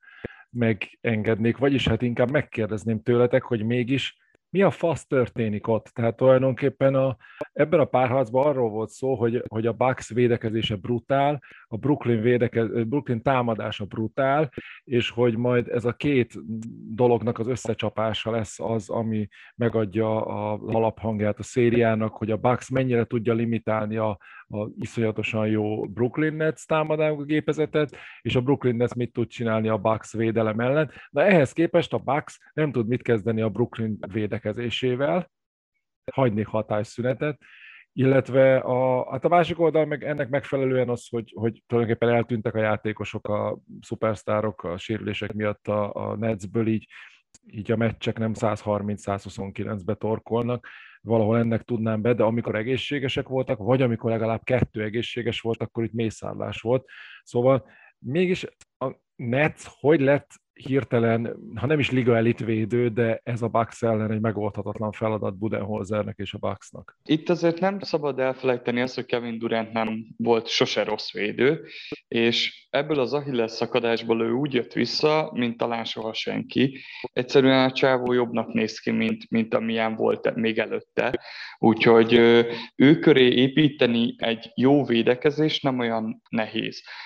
S1: megengednék, vagyis hát inkább megkérdezném tőletek, hogy mégis mi a fasz történik ott? Tehát tulajdonképpen a, ebben a párharcban arról volt szó, hogy, hogy a Bucks védekezése brutál, a Brooklyn, védekez, Brooklyn támadása brutál, és hogy majd ez a két dolognak az összecsapása lesz az, ami megadja az alaphangját a szériának, hogy a Bucks mennyire tudja limitálni a, a iszonyatosan jó Brooklyn Nets támadó gépezetet, és a Brooklyn Nets mit tud csinálni a Bucks védelem ellen. De ehhez képest a Bucks nem tud mit kezdeni a Brooklyn védekezésével, hagyni hatásszünetet, illetve a, hát a másik oldal meg ennek megfelelően az, hogy, hogy tulajdonképpen eltűntek a játékosok, a szupersztárok a sérülések miatt a, a Netsből, így, így a meccsek nem száz harminc száz huszonkilencbe torkolnak, valahol ennek tudnám be, de amikor egészségesek voltak, vagy amikor legalább kettő egészséges volt, akkor itt mészárlás volt. Szóval mégis a Nets hogy lett hirtelen, ha nem is liga elit védő, de ez a Bucks ellen egy megoldhatatlan feladat Budenholzernek és a Bucksnak.
S3: Itt azért nem szabad elfelejteni azt, hogy Kevin Durant nem volt sose rossz védő, és ebből az Achilles szakadásból ő úgy jött vissza, mint talán soha senki. Egyszerűen a csávó jobbnak néz ki, mint, mint amilyen volt még előtte. Úgyhogy ő köré építeni egy jó védekezés nem olyan nehéz.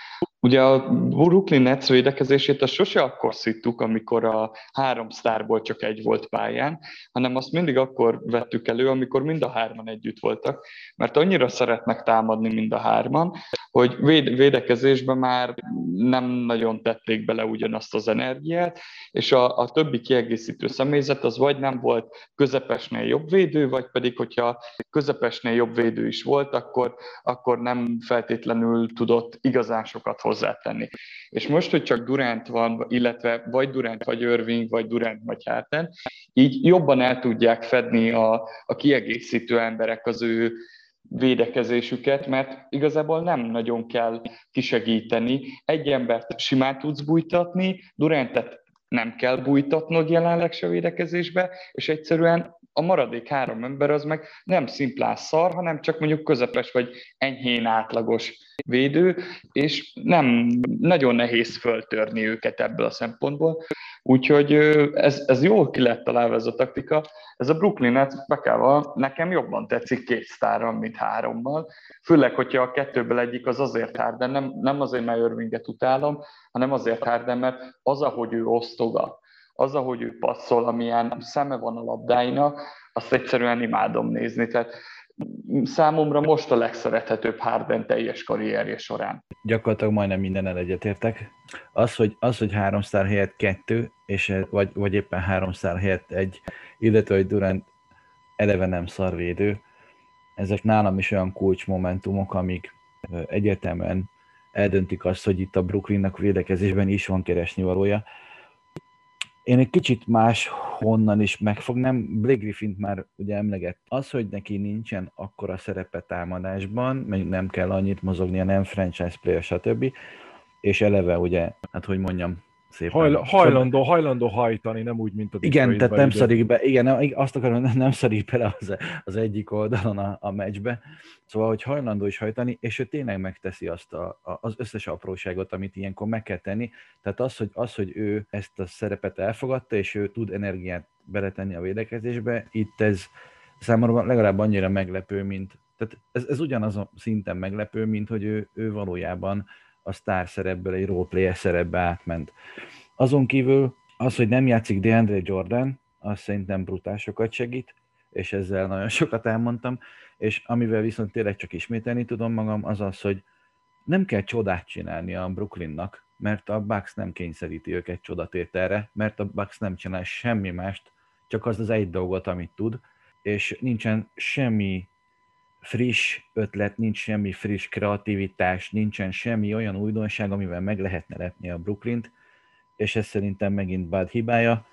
S3: Ugye a Brooklyn Nets védekezését azt sose akkor szittuk, amikor a három sztárból csak egy volt pályán, hanem azt mindig akkor vettük elő, amikor mind a hárman együtt voltak, mert annyira szeretnek támadni mind a hárman, hogy véd- védekezésben már nem nagyon tették bele ugyanazt az energiát, és a, a többi kiegészítő személyzet az vagy nem volt közepesnél jobb védő, vagy pedig, hogyha közepesnél jobb védő is volt, akkor, akkor nem feltétlenül tudott igazán sokat hozzátenni. És most, hogy csak Durant van, illetve vagy Durant, vagy Irving, vagy Durant, vagy Harden, így jobban el tudják fedni a, a kiegészítő emberek az ő védekezésüket, mert igazából nem nagyon kell kisegíteni. Egy embert simán tudsz bújtatni, Durantet nem kell bújtatnod jelenleg se védekezésbe, és egyszerűen a maradék három ember az meg nem szimplán szar, hanem csak mondjuk közepes vagy enyhén átlagos védő, és nem nagyon nehéz föltörni őket ebből a szempontból. Úgyhogy ez, ez jól ki lett találva ez a taktika. Ez a Brooklyn Nets, Bekával nekem jobban tetszik két sztárral, mint hárommal. Főleg, hogyha a kettőből egyik az azért Harden, nem, nem azért, mert Irvinget utálom, hanem azért Harden, mert az, ahogy ő osztogat, az, ahogy ő passzol, amilyen szeme van a labdáinak, azt egyszerűen imádom nézni. Tehát számomra most a legszerethetőbb Harden teljes karrierje során.
S2: Gyakorlatilag majdnem mindennel egyetértek. Az, hogy, az, hogy három sztár helyett kettő, és, vagy, vagy éppen három sztár helyett egy, illetve hogy Durant eleve nem szarvédő, ezek nálam is olyan kulcsmomentumok, amik egyértelműen eldöntik azt, hogy itt a Brooklynnak védekezésben is van keresnivalója. Én egy kicsit más honnan is megfognám. Blake Griffint már ugye emlegett. Az, hogy neki nincsen akkora szerepe támadásban, meg nem kell annyit mozognia, nem franchise player, stb. És eleve ugye, hát hogy mondjam, szépen.
S1: Hajl, hajlandó, hajlandó hajtani, nem úgy, mint a
S2: igen, tehát nem szarik be, igen, nem, azt akarom, nem szarik bele az, az egyik oldalon a, a meccsbe. Szóval, hogy hajlandó is hajtani, és ő tényleg megteszi azt a, a, az összes apróságot, amit ilyenkor meg kell tenni. Tehát az hogy, az, hogy ő ezt a szerepet elfogadta, és ő tud energiát beletenni a védekezésbe, itt ez számomra legalább annyira meglepő, mint, tehát ez, ez ugyanaz a szinten meglepő, mint hogy ő, ő valójában a sztár szerepből egy roleplayer szerepbe átment. Azon kívül az, hogy nem játszik DeAndre Jordan, az szerintem brutál sokat segít, és ezzel nagyon sokat elmondtam, és amivel viszont tényleg csak ismételni tudom magam, az az, hogy nem kell csodát csinálni a Brooklynnak, mert a Bucks nem kényszeríti őket csodatételre, mert a Bucks nem csinál semmi mást, csak az az egy dolgot, amit tud, és nincsen semmi friss ötlet, nincs semmi friss kreativitás, nincsen semmi olyan újdonság, amivel meg lehetne lepni a Brooklynt, és ez szerintem megint Bud hibája.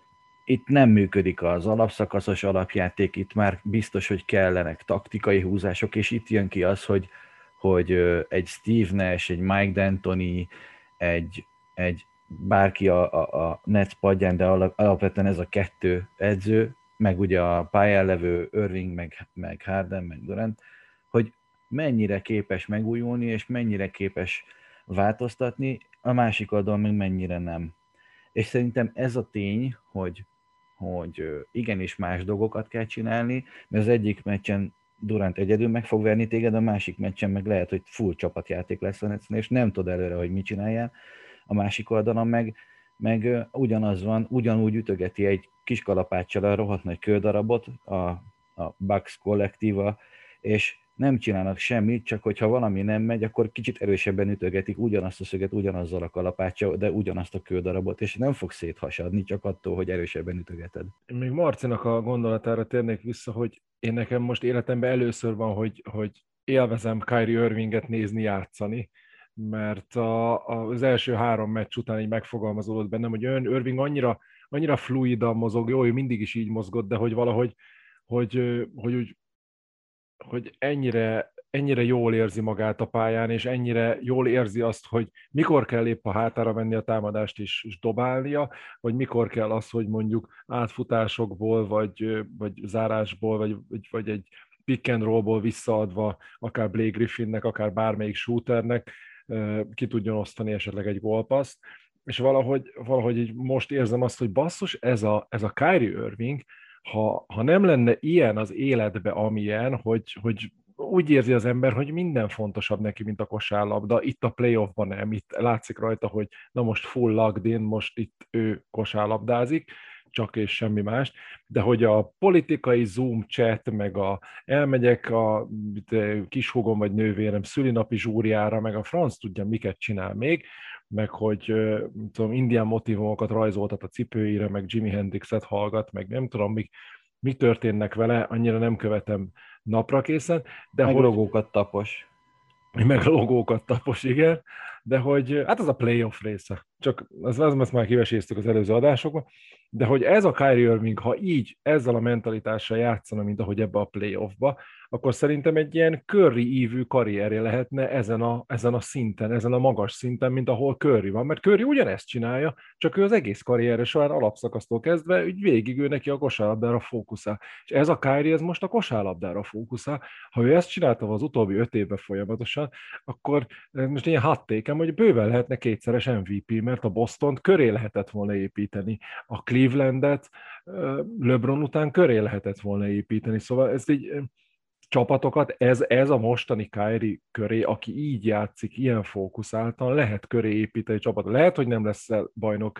S2: Itt nem működik az alapszakaszos alapjáték, itt már biztos, hogy kellenek taktikai húzások, és itt jön ki az, hogy, hogy egy Steve Nash, egy Mike D'Antoni, egy, egy bárki a, a, a Nets padján, de alapvetően ez a kettő edző, meg ugye a pályán levő Irving, meg, meg Harden, meg Durant, hogy mennyire képes megújulni, és mennyire képes változtatni, a másik oldalon meg mennyire nem. És szerintem ez a tény, hogy, hogy igenis más dolgokat kell csinálni, mert az egyik meccsen Durant egyedül meg fog verni téged, a másik meccsen meg lehet, hogy full csapatjáték lesz a Netsnél, és nem tudod előre, hogy mit csináljál. A másik oldalon meg, meg ugyanaz van, ugyanúgy ütögeti egy kis kalapáccsal a rohadt nagy kődarabot, a, a Bucks kollektíva, és nem csinálnak semmit, csak hogyha valami nem megy, akkor kicsit erősebben ütögetik ugyanazt a szöget, ugyanazzal a kalapáccsal, de ugyanazt a kődarabot, és nem fog széthasadni csak attól, hogy erősebben ütögeted.
S1: Még Marcinak a gondolatára térnék vissza, hogy én nekem most életemben először van, hogy, hogy élvezem Kyrie Irvinget nézni, játszani, mert a, a, az első három meccs után így megfogalmazódott bennem, hogy ön Irving annyira, annyira fluidan mozog, jó, ő mindig is így mozgott, de hogy valahogy, hogy, hogy, hogy, hogy ennyire, ennyire jól érzi magát a pályán, és ennyire jól érzi azt, hogy mikor kell épp a hátára venni a támadást és, és dobálnia, vagy mikor kell az, hogy mondjuk átfutásokból, vagy, vagy zárásból, vagy, vagy, vagy egy pick and rollból visszaadva akár Blake Griffinnek, akár bármelyik shooternek, ki tudjon osztani esetleg egy gólpasszt, és valahogy, valahogy így most érzem azt, hogy basszus, ez a, ez a Kyrie Irving, ha, ha nem lenne ilyen az életbe, amilyen, hogy, hogy úgy érzi az ember, hogy minden fontosabb neki, mint a kosárlabda. Itt a playoffban nem, itt látszik rajta, hogy na most full locked in, most itt ő kosárlabdázik, csak és semmi más, de hogy a politikai Zoom chat, meg a elmegyek a kishúgom vagy nővérem szülinapi zsúriára, meg a franc tudja, miket csinál még, meg hogy tudom, indián motivumokat rajzoltat a cipőire, meg Jimi Hendrixet hallgat, meg nem tudom, mik, mi történnek vele, annyira nem követem napra készen, de
S2: meg
S1: hogy...
S2: logókat tapos.
S1: Meg logókat tapos, igen, de hogy hát az a playoff része. Csak az, az azt már kiveséztük az előző adásokban, de hogy ez a Kyrie Irving, ha így, ezzel a mentalitással játszana, mint ahogy ebbe a playoffba, akkor szerintem egy ilyen Curry ívű karrierje lehetne ezen a, ezen a szinten, ezen a magas szinten, mint ahol Curry van, mert Curry ugyanezt csinálja, csak ő az egész karrierje során alapszakasztól kezdve, úgy végig ő neki a kosárlabdára fókuszál. És ez a Kyrie, ez most a kosárlabdára fókuszál. Ha ő ezt csinálta az utóbbi öt évben folyamatosan, akkor most ilyen hattékem, hogy bőven lehetne kétszeres em vé pé, mert a Bostont köré lehetett volna építeni, a Clevelandet LeBron után köré lehetett volna építeni, szóval ez így csapatokat, ez, ez a mostani Kyrie köré, aki így játszik, ilyen fókuszáltan, lehet köré építeni csapatot. Lehet, hogy nem lesz bajnok,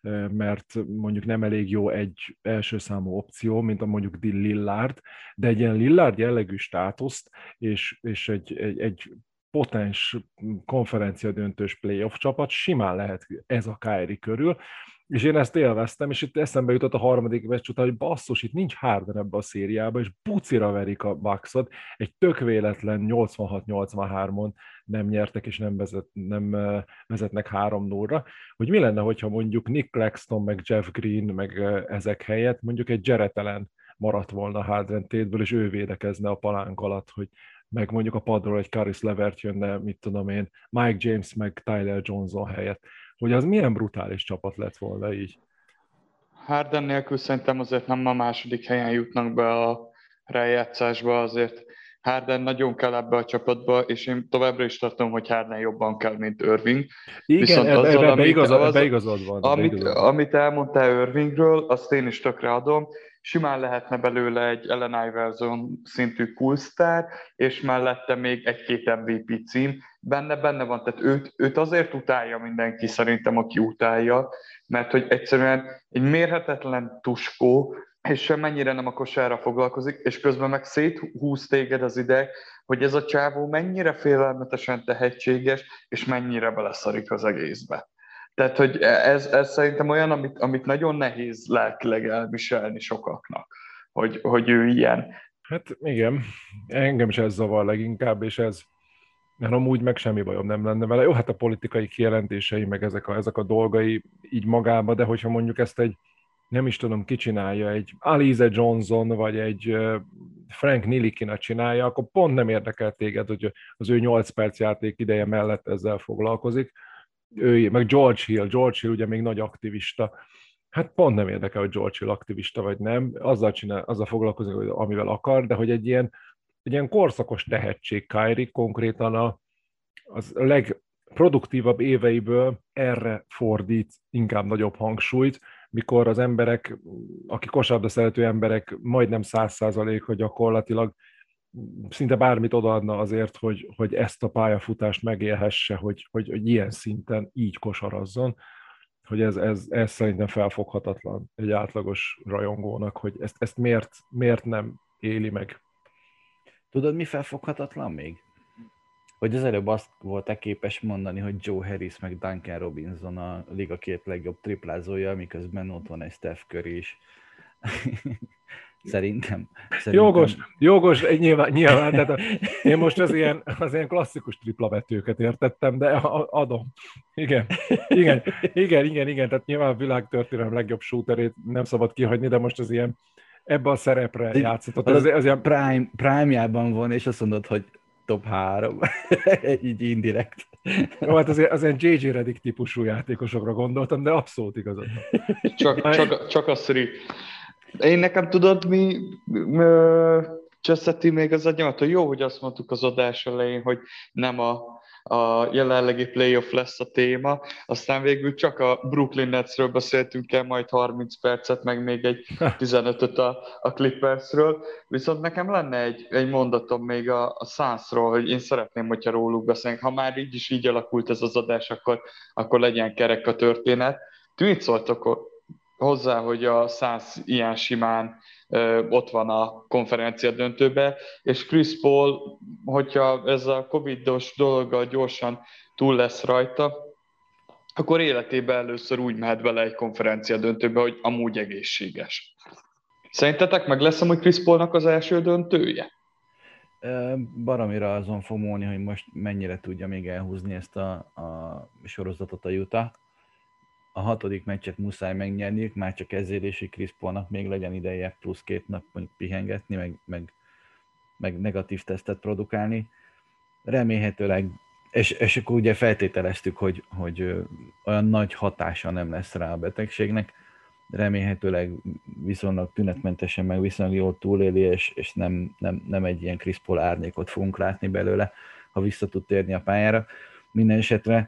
S1: mert mondjuk nem elég jó egy első számú opció, mint a mondjuk Lillard, de egy ilyen Lillard jellegű státuszt, és, és egy, egy, egy potens konferenciadöntős playoff csapat simán lehet ez a Kyrie körül, és én ezt élveztem, és itt eszembe jutott a harmadik meccs után, hogy basszus, itt nincs Harden ebbe a szériába, és bucira verik a Bucksot, egy tök véletlen nyolcvanhat nyolcvanhármon nem nyertek, és nem, vezet, nem vezetnek három nullra, hogy mi lenne, hogyha mondjuk Nick Claxton, meg Jeff Green, meg ezek helyett mondjuk egy Jarrett Allen maradt volna Harden tétből, és ő védekezne a palánk alatt, hogy meg mondjuk a padról egy Caris Levert jönne, mit tudom én, Mike James, meg Tyler Johnson helyett, hogy az milyen brutális csapat lett volna így.
S3: Harden nélkül szerintem azért nem a második helyen jutnak be a rájátszásba, azért Harden nagyon kell ebbe a csapatba, és én továbbra is tartom, hogy Harden jobban kell, mint Irving.
S1: Igen, ebbe, ebbe, ebbe, igazad, az, ebbe igazad van.
S3: Amit,
S1: igazad van.
S3: amit elmondtál Irvingről, azt én is tökre adom. Simán lehetne belőle egy Allen Iverson szintű coolstar, és mellette még egy-két em vé pé cím. Benne, benne van, tehát őt, őt azért utálja mindenki szerintem, aki utálja, mert hogy egyszerűen egy mérhetetlen tuskó, és semmennyire nem a kosárra foglalkozik, és közben meg széthúz téged az ide, hogy ez a csávó mennyire félelmetesen tehetséges, és mennyire beleszarik az egészbe. Tehát, hogy ez, ez szerintem olyan, amit, amit nagyon nehéz lelkileg elviselni sokaknak, hogy, hogy ő ilyen.
S1: Hát igen, engem is ez zavar leginkább, és ez, mert amúgy meg semmi bajom nem lenne vele. Jó, hát a politikai kijelentései, meg ezek a, ezek a dolgai így magába, de hogyha mondjuk ezt egy, nem is tudom, ki csinálja, egy Alize Johnson, vagy egy Frank Nilikina csinálja, akkor pont nem érdekel téged, hogy az ő nyolc perc játék ideje mellett ezzel foglalkozik. Ő, meg George Hill, George Hill ugye még nagy aktivista, hát pont nem érdekel, hogy George Hill aktivista vagy nem, azzal, csinál, azzal foglalkozik, amivel akar, de hogy egy ilyen, egy ilyen korszakos tehetség Kyrie konkrétan a, az legproduktívabb éveiből erre fordít inkább nagyobb hangsúlyt, mikor az emberek, aki kosárlabda szerető emberek majdnem száz százaléka gyakorlatilag szinte bármit odaadna azért, hogy, hogy ezt a pályafutást megélhesse, hogy, hogy, hogy ilyen szinten így kosarazzon, hogy ez, ez, ez szerintem felfoghatatlan egy átlagos rajongónak, hogy ezt, ezt miért, miért nem éli meg.
S2: Tudod, mi felfoghatatlan még? Hogy az előbb azt volt-e képes mondani, hogy Joe Harris meg Duncan Robinson a liga két legjobb triplázója, miközben ott van egy Steph Curry is. Szerintem, szerintem.
S1: Jogos, jogos, nyilván, nyilván tehát a, én most az ilyen, az ilyen klasszikus triplavetőket értettem, de adom. Igen, igen, igen, igen, igen, tehát nyilván a világtörténelem legjobb shooterét nem szabad kihagyni, de most az ilyen ebbe a szerepre játszott.
S2: Az, az, az ilyen prime, prime-jában van, és azt mondod, hogy top három, így indirekt.
S1: Jó, hát az, az ilyen jé jé Redick típusú játékosokra gondoltam, de abszolút igazad.
S3: Csak, csak, csak a szri. Én nekem tudod, mi cseszeti még az agyamat, hogy jó, hogy azt mondtuk az adás elején, hogy nem a a jelenlegi playoff lesz a téma, aztán végül csak a Brooklyn Netsről beszéltünk el majd harminc percet, meg még egy tizenötöt a, a Clippersről, viszont nekem lenne egy, egy mondatom még a, a Sunsról, hogy én szeretném, hogyha róluk beszélünk. Ha már így is így alakult ez az adás, akkor, akkor legyen kerek a történet. Ti mit szóltok hozzá, hogy a Suns ilyen simán ö, ott van a konferencia döntőbe, és Chris Paul, hogyha ez a covidos dologgal gyorsan túl lesz rajta, akkor életében először úgy mehet bele egy konferencia döntőbe, hogy amúgy egészséges. Szerintetek meg lesz amúgy Chris Paulnak az első döntője?
S2: Baromira azon fog múlni, hogy most mennyire tudja még elhúzni ezt a, a sorozatot a Utah. A hatodik meccset muszáj megnyerniük, már csak ezért is, hogy Chris Paulnak még legyen ideje plusz két nap mondjuk pihengetni, meg, meg, meg negatív tesztet produkálni. Remélhetőleg, és, és akkor ugye feltételeztük, hogy, hogy olyan nagy hatása nem lesz rá a betegségnek, remélhetőleg viszonylag tünetmentesen, meg viszonylag jól túléli, és, és nem, nem, nem egy ilyen Chris Paul árnyékot fogunk látni belőle, ha vissza tud térni a pályára. Minden esetre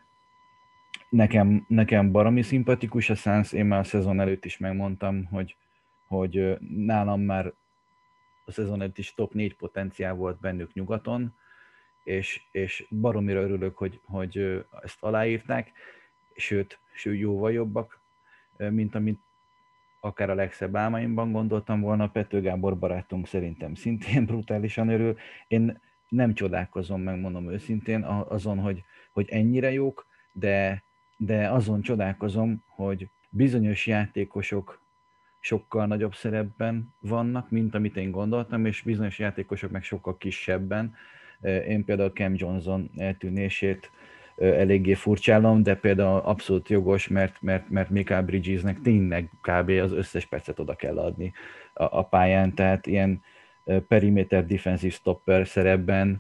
S2: nekem, nekem baromi szimpatikus a Suns, én már a szezon előtt is megmondtam, hogy, hogy nálam már a szezon előtt is top négy potenciál volt bennük nyugaton, és, és baromira örülök, hogy, hogy ezt aláírták, sőt, sőt jóval jobbak, mint amit akár a legszebb álmaimban gondoltam volna. Pető Gábor barátunk szerintem szintén brutálisan örül. Én nem csodálkozom, megmondom őszintén, azon, hogy, hogy ennyire jók, de, de azon csodálkozom, hogy bizonyos játékosok sokkal nagyobb szerepben vannak, mint amit én gondoltam, és bizonyos játékosok meg sokkal kisebben. Én például Cam Johnson eltűnését eléggé furcsálom, de például abszolút jogos, mert, mert, mert Mikal Bridgesnek tényleg kb. Az összes percet oda kell adni a, a pályán, tehát ilyen perimeter defensive stopper szerepben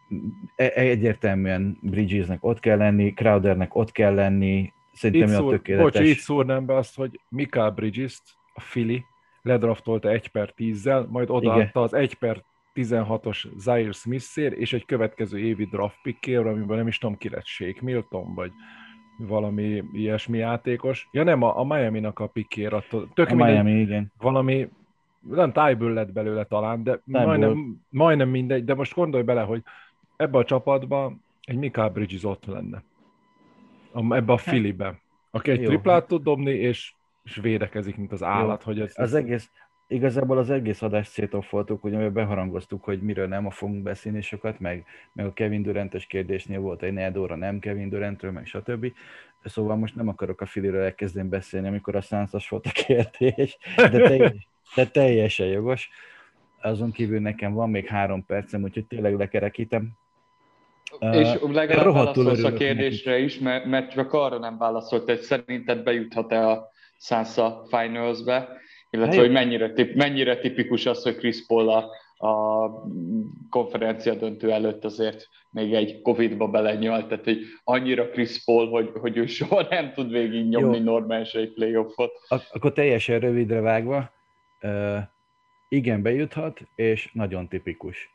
S2: egyértelműen Bridgesnek ott kell lenni, Crowdernek ott kell lenni, szerintem a tökéletes.
S1: Bocs, így szúrnám be azt, hogy Mikal Bridges-t a Philly ledraftolta egy per tízzel, majd odaadta az egy per tizenhatos Zaire Smith-ért, és egy következő évi draft pickért, amiben nem is tudom ki lett, Shake Milton, vagy valami ilyesmi játékos. Ja nem, a, a Miami-nak a pickért adta. Tök
S2: a mindegy, Miami, igen.
S1: Valami, nem Tyből lett belőle talán, de majdnem, majdnem mindegy, de most gondolj bele, hogy ebbe a csapatba egy Mikal Bridges ott lenne. Ebbe a Phillybe. Aki egy jó, triplát tud dobni, és, és védekezik, mint az állat. Hogy ez,
S2: az egész, igazából az egész adást szétoffoltuk, hogy beharangoztuk, hogy miről nem fogunk beszélni sokat, meg, meg a Kevin Durant-es kérdésnél volt egy negyed óra nem Kevin Durantről, meg stb. Szóval most nem akarok a Phillyről elkezdeni beszélni, amikor a Suns-os volt a kérdés, de, teljes, de teljesen jogos. Azon kívül nekem van még három percem, úgyhogy tényleg lekerekítem.
S3: És uh, legalább válaszolsz a kérdésre neki is, mert, mert csak arra nem válaszolt, hogy szerinted bejuthat-e a Suns a Finals-be, illetve hogy mennyire, tip, mennyire tipikus az, hogy Chris Paul a, a konferencia döntő előtt azért még egy Covid-ba belenyalt, tehát hogy annyira Chris Paul, hogy, hogy ő soha nem tud végignyomni normális egy playoffot.
S2: Ak- akkor teljesen rövidre vágva, uh, igen, bejuthat, és nagyon tipikus.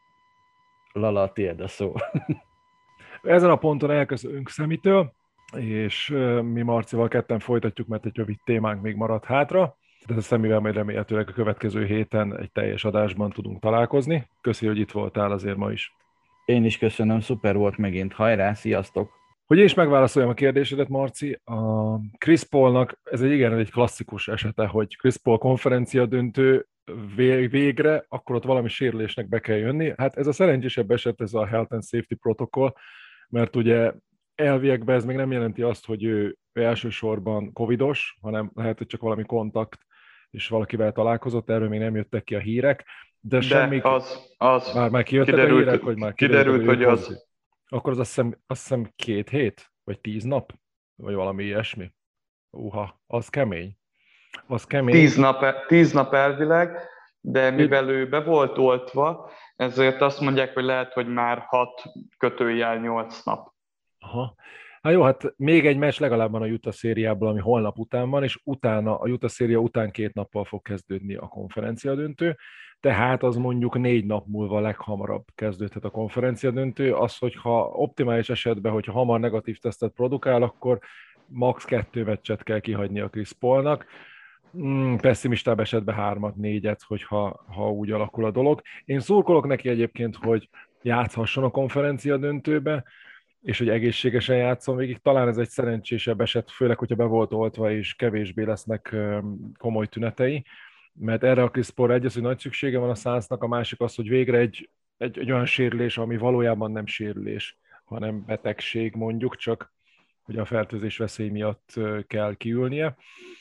S2: Lala, tiéd a szó.
S1: Ezen a ponton elköszönünk Szemitől, és mi Marcival ketten folytatjuk, mert egy rövid témánk még maradt hátra. De a Szemivel majd remélhetőleg a következő héten egy teljes adásban tudunk találkozni. Köszi, hogy itt voltál azért ma is.
S2: Én is köszönöm, szuper volt megint. Hajrá, sziasztok!
S1: Hogy én is megválaszoljam a kérdésedet, Marci, a Chris Paulnak ez egy igen, egy klasszikus esete, hogy Chris Paul konferencia döntő végre, akkor ott valami sérülésnek be kell jönni. Hát ez a szerencsésebb eset, ez a Health and Safety Protocol, mert ugye elviekben ez még nem jelenti azt, hogy ő elsősorban covidos, hanem lehet, hogy csak valami kontakt, és valakivel találkozott, erről még nem jöttek ki a hírek, de, de semmi...
S3: az, az.
S1: Már, már kijöttek kiderült, a hírek, hogy már
S3: kiderült, kiderült hogy, hogy az.
S1: Akkor az azt hiszem, azt hiszem két hét, vagy tíz nap, vagy valami ilyesmi. Uha, az kemény. Az kemény.
S3: Tíz nap, tíz nap elvileg, de mivel ő be volt oltva, ezért azt mondják, hogy lehet, hogy már hat kötőjel nyolc nap.
S1: Aha. Hát jó, hát még egy meccs legalább van a Utah szériából, ami holnap után van, és utána, a Utah széria után két nappal fog kezdődni a konferencia döntő. tehát az mondjuk négy nap múlva leghamarabb kezdődhet a konferencia döntő. Az, hogyha optimális esetben, hogyha hamar negatív tesztet produkál, akkor max. kettő meccset kell kihagyni a Chris Paulnak. Mm, pessimistább esetben hármat, négyet, hogyha ha úgy alakul a dolog. Én szurkolok neki egyébként, hogy játszhasson a konferencia döntőbe, és hogy egészségesen játszom végig. Talán ez egy szerencsésebb eset, főleg, hogyha be volt oltva, és kevésbé lesznek komoly tünetei, mert erre a Chris Paul egy az, hogy nagy szüksége van a Sunsnak, a másik az, hogy végre egy, egy, egy olyan sérülés, ami valójában nem sérülés, hanem betegség mondjuk, csak hogy a fertőzés veszély miatt kell kiülnie.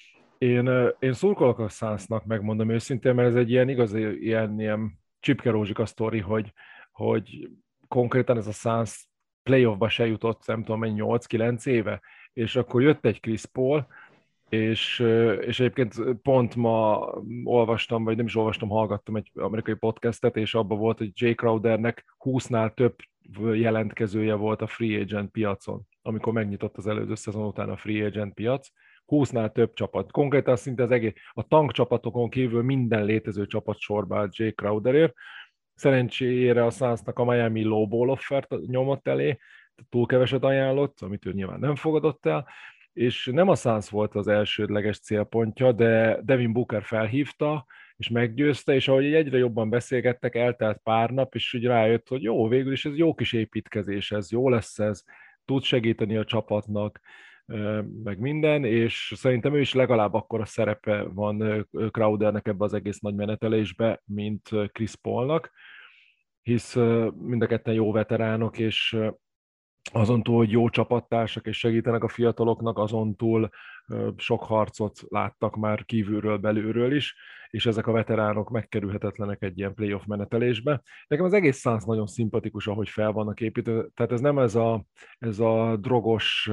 S1: Én, én szurkolok a Sunsnak, megmondom őszintén, mert ez egy ilyen igazi, ilyen, ilyen csipke-rózsika sztori, hogy, hogy konkrétan ez a Suns playoffba se jutott, nem tudom, mennyi nyolc-kilenc éve, és akkor jött egy Chris Paul, és, és egyébként pont ma olvastam, vagy nem is olvastam, hallgattam egy amerikai podcastet, és abban volt, hogy Jay Crowdernek húsznál több jelentkezője volt a free agent piacon, amikor megnyitott az előző szezon után a free agent piac, húsznál több csapat. Konkrétan szinte az egész, a tank csapatokon kívül minden létező csapat sorba állt Jay Crowderért. Szerencsére a Sunsnak a Miami lowball offert nyomott elé, túl keveset ajánlott, amit ő nyilván nem fogadott el, és nem a Suns volt az elsődleges célpontja, de Devin Booker felhívta, és meggyőzte, és ahogy egyre jobban beszélgettek, eltelt pár nap, és úgy rájött, hogy jó, végül is ez jó kis építkezés, ez jó lesz ez, tud segíteni a csapatnak, meg minden, és szerintem ő is legalább akkora szerepe van Crowdernek ebbe az egész nagy menetelésbe, mint Chris Paulnak, hisz mind a ketten jó veteránok, és azon túl, hogy jó csapattársak és segítenek a fiataloknak, azon túl sok harcot láttak már kívülről, belülről is, és ezek a veteránok megkerülhetetlenek egy ilyen playoff menetelésbe. Nekem az egész Suns nagyon szimpatikus, ahogy fel vannak építve, tehát ez nem ez a, ez a drogos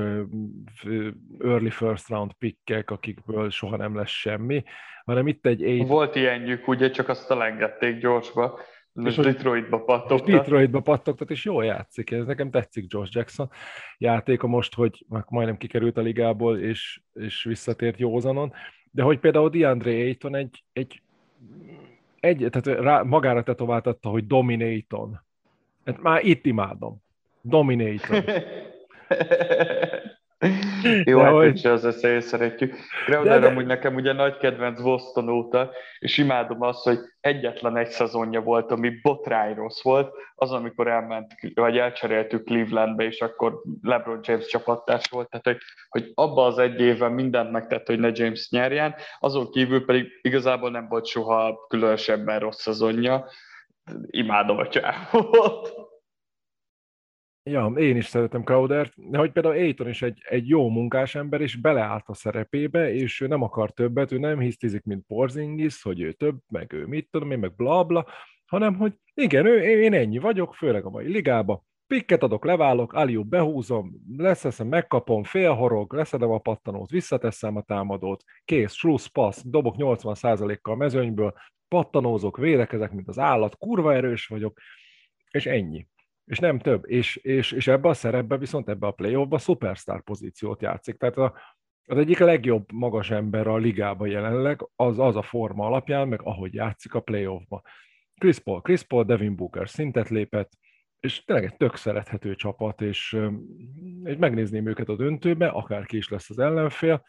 S1: early first round pickek, akikből soha nem lesz semmi, hanem itt egy... Eight...
S3: Volt ilyenjük, ugye, csak azt elengedték gyorsba. Most Detroitba pattogtat.
S1: És Detroitba pattogtat, és jól játszik. Ez nekem tetszik Josh Jackson játéka most, hogy majdnem kikerült a ligából, és, és visszatért józanon. De hogy például DeAndre Ayton egy, egy, egy tehát rá, magára tetováltatta, hogy Dominaton. Hát már itt imádom. Dominaton.
S3: Jó, hát hogy... az össze szeretjük. Crowder de... amúgy nekem ugye nagy kedvenc Boston óta, és imádom azt, hogy egyetlen egy szezonja volt, ami botrány rossz volt, az, amikor elment, vagy elcseréltük Clevelandbe, és akkor LeBron James csapattárs volt, tehát hogy, hogy abban az egy évben mindent megtett, hogy ne James nyerjen, azon kívül pedig igazából nem volt soha különösebben rossz szezonja. Imádom a csávot.
S1: Ja, én is szeretem Crowdert, de hogy például Ayton is egy, egy jó munkás ember, és beleállt a szerepébe, és ő nem akar többet, ő nem hisztizik, mint Porzingis, hogy ő több, meg ő mit tudom én, meg bla bla, hanem hogy igen, ő, én ennyi vagyok, főleg a mai ligába, pikket adok, leválok, alley-oop behúzom, leszeszem, megkapom, félhorog, leszedem a pattanót, visszateszem a támadót, kész, slusz, passz, dobok nyolcvan százalékkal mezőnyből, pattanózok, védekezek, mint az állat, kurva erős vagyok, és ennyi. És nem több. És, és, és ebbe a szerepbe viszont ebbe a playoffba szupersztár pozíciót játszik. Tehát a, az egyik legjobb magas ember a ligában jelenleg, az, az a forma alapján, meg ahogy játszik a playoffba. Chris Paul, Chris Paul, Devin Booker szintet lépett, és tényleg egy tök szerethető csapat, és, és megnézném őket a döntőbe, akárki is lesz az ellenfél,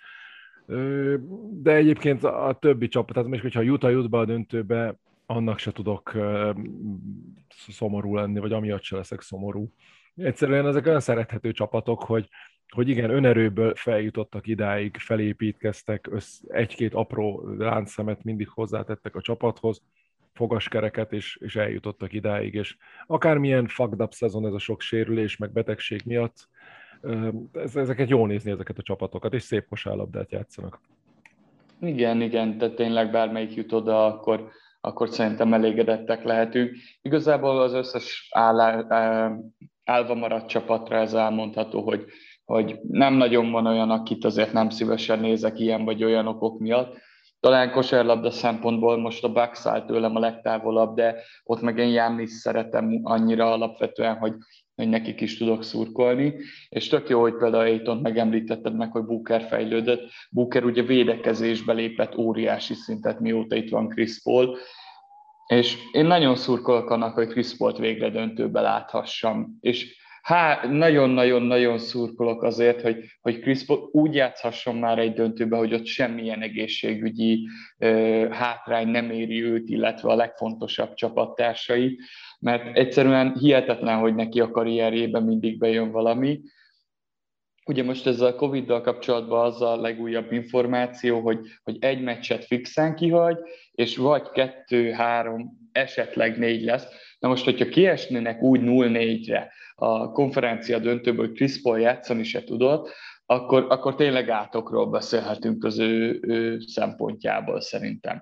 S1: de egyébként a többi csapat, tehát most, hogyha Utah jut be a döntőbe, annak se tudok uh, szomorú lenni, vagy amiatt se leszek szomorú. Egyszerűen ezek olyan szerethető csapatok, hogy, hogy igen, önerőből feljutottak idáig, felépítkeztek, össz, egy-két apró láncszemet mindig hozzátettek a csapathoz, fogaskereket, és, és eljutottak idáig, és akármilyen fucked up szezon ez a sok sérülés, meg betegség miatt, uh, ezeket jól nézni, ezeket a csapatokat, és szép kosárlabdát játszanak.
S3: Igen, igen, tehát tényleg bármelyik jut oda, akkor akkor szerintem elégedettek lehetünk. Igazából az összes áll, állva maradt csapatra ez elmondható, hogy, hogy nem nagyon van olyan, akit azért nem szívesen nézek ilyen vagy olyan okok miatt. Talán kosárlabda szempontból most a Bucks áll tőlem a legtávolabb, de ott meg én Giannis szeretem annyira alapvetően, hogy, hogy nekik is tudok szurkolni. És tök jó, hogy például Aytont megemlítetted meg, hogy Booker fejlődött. Booker ugye védekezésbe lépett óriási szintet, mióta itt van Chris Paul. És én nagyon szurkolok annak, hogy Chris Paul-t végre döntőbe láthassam. És há, nagyon-nagyon-nagyon szurkolok azért, hogy, hogy Chris Paul úgy játszhasson már egy döntőbe, hogy ott semmilyen egészségügyi ö, hátrány nem éri őt, illetve a legfontosabb csapattársait, mert egyszerűen hihetetlen, hogy neki a karrierjében mindig bejön valami. Ugye most ezzel a Covid-dal kapcsolatban az a legújabb információ, hogy, hogy egy meccset fixen kihagy, és vagy kettő, három, esetleg négy lesz. Na most, hogyha kiesnének úgy nulla négyre a konferencia döntőből, hogy Chris Paul játszani se tudott, akkor, akkor tényleg átokról beszélhetünk az ő, ő szempontjából szerintem.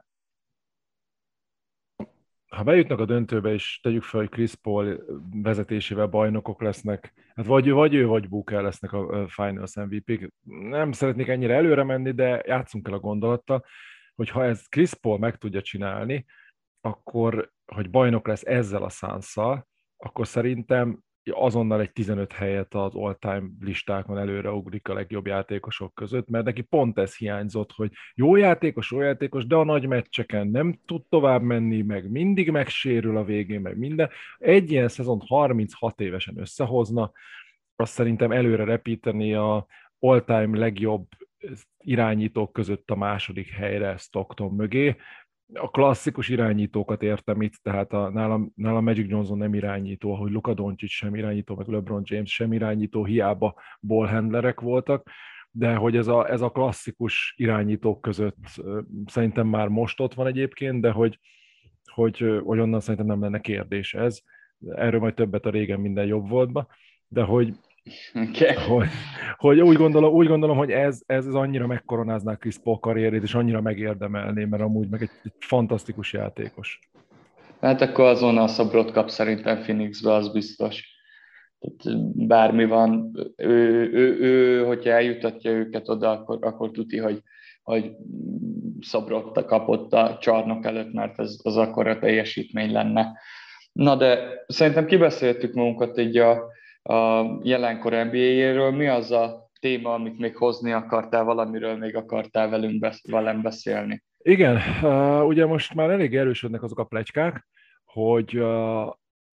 S1: Ha bejutnak a döntőbe, és tegyük fel, hogy Chris Paul vezetésével bajnokok lesznek, hát vagy ő, vagy ő, vagy Booker lesznek a Finals em vé pé-k. Nem szeretnék ennyire előre menni, de játszunk el a gondolattal, hogy ha ez Chris Paul meg tudja csinálni, akkor, hogy bajnok lesz ezzel a Sunsszal, akkor szerintem azonnal egy tizenöt helyet az all-time listákon előre ugrik a legjobb játékosok között, mert neki pont ez hiányzott, hogy jó játékos, jó játékos, de a nagy meccseken nem tud tovább menni, meg mindig megsérül a végén, meg minden. Egy ilyen szezon harminchat évesen összehozna, azt szerintem előre repíteni a all-time legjobb irányítók között a második helyre Stockton mögé. A klasszikus irányítókat értem itt, tehát a, nálam, nálam Magic Johnson nem irányító, ahogy Luka Doncic sem irányító, meg LeBron James sem irányító, hiába ballhandlerek voltak, de hogy ez a, ez a klasszikus irányítók között szerintem már most ott van egyébként, de hogy, hogy, hogy onnan szerintem nem lenne kérdés ez. Erről majd többet a régen minden jobb voltba, de hogy Okay. Hogy, hogy úgy, gondolom, úgy gondolom, hogy ez, ez annyira megkoronázná Chris Paul karrierét, és annyira megérdemelné, mert amúgy meg egy, egy fantasztikus játékos.
S3: Hát akkor azonnal a szobrot kap szerintem Phoenixbe, az biztos. Tehát bármi van, ő, ő, ő, hogyha eljutatja őket oda, akkor, akkor tuti, hogy, hogy szobrot kapott a csarnok előtt, mert ez az akkora teljesítmény lenne. Na de szerintem kibeszéltük magunkat így a a jelenkor en bé á-jéről. Mi az a téma, amit még hozni akartál, valamiről még akartál velünk besz- velem beszélni?
S1: Igen, uh, ugye most már elég erősödnek azok a pletykák, hogy uh,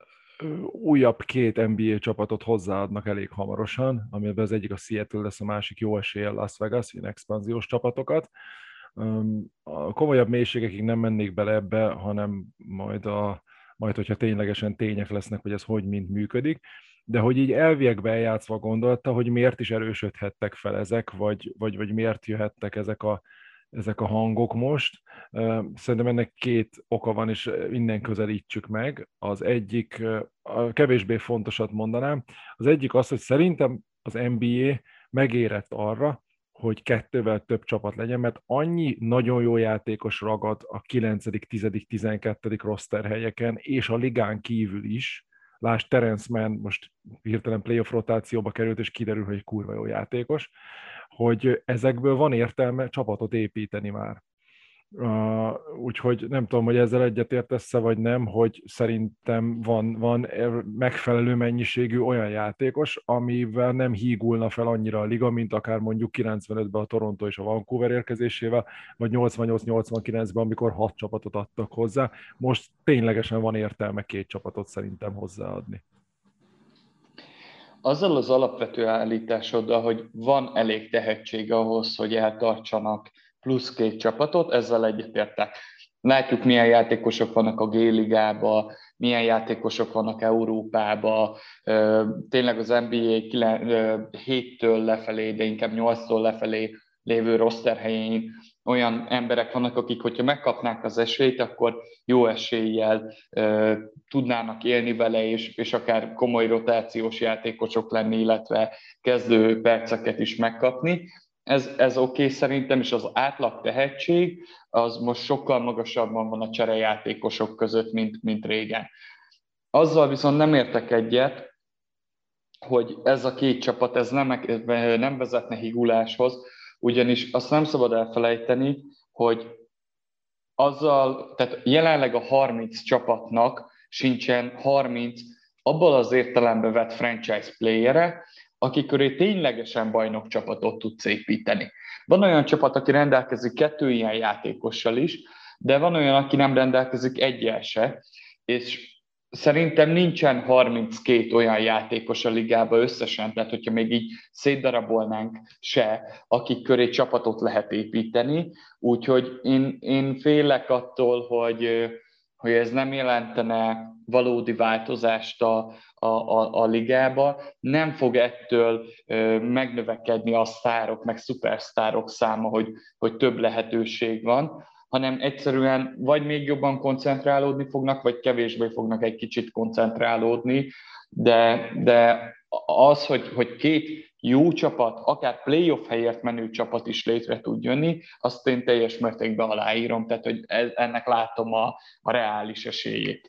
S1: újabb két en bé á csapatot hozzáadnak elég hamarosan, amiben az egyik a Seattle lesz, a másik jó eséllyel Las Vegas, ilyen expanziós csapatokat. Um, a komolyabb mélységekig nem mennék bele ebbe, hanem majd, a, majd hogyha ténylegesen tények lesznek, hogy ez hogy mind működik. De hogy így elviekbe eljátszva gondolta, hogy miért is erősödhettek fel ezek, vagy, vagy, vagy miért jöhettek ezek a, ezek a hangok most. Szerintem ennek két oka van, és innen közelítsük meg. Az egyik, a kevésbé fontosat mondanám, az egyik az, hogy szerintem az en bé á megérett arra, hogy kettővel több csapat legyen, mert annyi nagyon jó játékos ragad a kilencedik, tizedik, tizenkettedik roster helyeken, és a ligán kívül is. Lásd, Terence Mann most hirtelen playoff rotációba került, és kiderül, hogy kurva jó játékos, hogy ezekből van értelme csapatot építeni már. Uh, úgyhogy nem tudom, hogy ezzel egyetértesz-e, vagy nem, hogy szerintem van, van megfelelő mennyiségű olyan játékos, amivel nem hígulna fel annyira a liga, mint akár mondjuk kilencvenötben a Toronto és a Vancouver érkezésével, vagy nyolcvannyolc nyolcvankilencben, amikor hat csapatot adtak hozzá. Most ténylegesen van értelme két csapatot szerintem hozzáadni.
S3: Azzal az alapvető állításoddal, hogy van elég tehetség ahhoz, hogy eltartsanak plusz két csapatot, ezzel egyetértek. Látjuk, milyen játékosok vannak a G-ligában, milyen játékosok vannak Európában. Tényleg az en bé á héttől lefelé, de inkább nyolctól lefelé lévő roster helyén olyan emberek vannak, akik, hogyha megkapnák az esélyt, akkor jó eséllyel uh, tudnának élni vele, és, és akár komoly rotációs játékosok lenni, illetve kezdő perceket is megkapni. Ez, ez oké okay, szerintem, és az átlag tehetség az most sokkal magasabban van a cserejátékosok között, mint, mint régen. Azzal viszont nem értek egyet, hogy ez a két csapat ez nem, nem vezetne higuláshoz, ugyanis azt nem szabad elfelejteni, hogy azzal, tehát jelenleg a harminc csapatnak sincsen harminc abban az értelemben vett franchise playere, aki köré ténylegesen bajnok csapatot tudsz építeni. Van olyan csapat, aki rendelkezik kettő ilyen játékossal is, de van olyan, aki nem rendelkezik egyel se, és szerintem nincsen harminckét olyan játékos a ligában összesen, tehát hogyha még így szétdarabolnánk se, akik köré csapatot lehet építeni, úgyhogy én, én félek attól, hogy, hogy ez nem jelentene valódi változást a, a, a, a ligába, nem fog ettől ö, megnövekedni a sztárok, meg szupersztárok száma, hogy, hogy több lehetőség van, hanem egyszerűen vagy még jobban koncentrálódni fognak, vagy kevésbé fognak egy kicsit koncentrálódni, de, de az, hogy, hogy két jó csapat, akár playoff helyért menő csapat is létre tud jönni, azt én teljes mértékben aláírom, tehát hogy ennek látom a, a reális esélyét.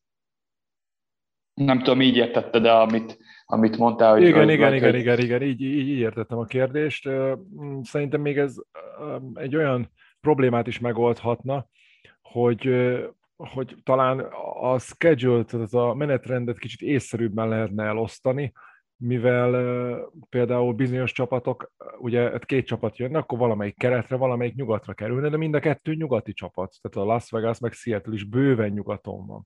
S3: Nem tudom, így értetted de amit, amit mondtál, hogy...
S1: Igen,
S3: hogy,
S1: igen,
S3: vagy,
S1: igen,
S3: hogy...
S1: igen, igen, így, így, így értettem a kérdést. Szerintem még ez egy olyan problémát is megoldhatna, hogy, hogy talán a schedule, tehát a menetrendet kicsit észszerűbben lehetne elosztani, mivel például bizonyos csapatok, ugye két csapat jönne, akkor valamelyik keletre, valamelyik nyugatra kerülne, de mind a kettő nyugati csapat, tehát a Las Vegas meg Seattle is bőven nyugaton van.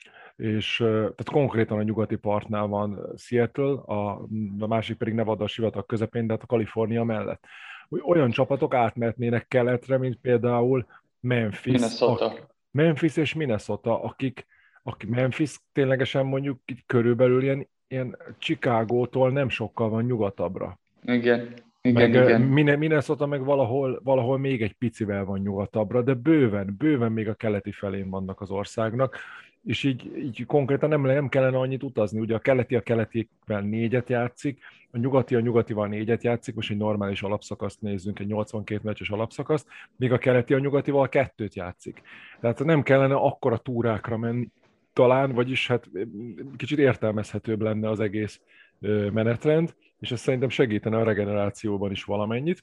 S1: És tehát konkrétan a nyugati partnál van Seattle, a, a másik pedig Nevada a sivatag közepén, de hát a Kalifornia mellett. Hogy olyan csapatok átmehetnének keletre, mint például Memphis,
S3: Minnesota.
S1: A, Memphis és Minnesota, akik, akik Memphis ténylegesen mondjuk körülbelül ilyen, ilyen Chicagótól nem sokkal van nyugatabbra.
S3: Igen. Igen,
S1: Meg
S3: igen.
S1: Minnesota meg valahol, valahol még egy picivel van nyugatabbra, de bőven, bőven még a keleti felén vannak az országnak, és így, így konkrétan nem, nem kellene annyit utazni. Ugye a keleti a keletivel négyet játszik, a nyugati a nyugatival négyet játszik, most egy normális alapszakaszt nézzünk, egy nyolcvankét meccses alapszakaszt, míg a keleti a nyugatival kettőt játszik. Tehát nem kellene akkora túrákra menni talán, vagyis hát kicsit értelmezhetőbb lenne az egész menetrend, és ez szerintem segítene a regenerációban is valamennyit.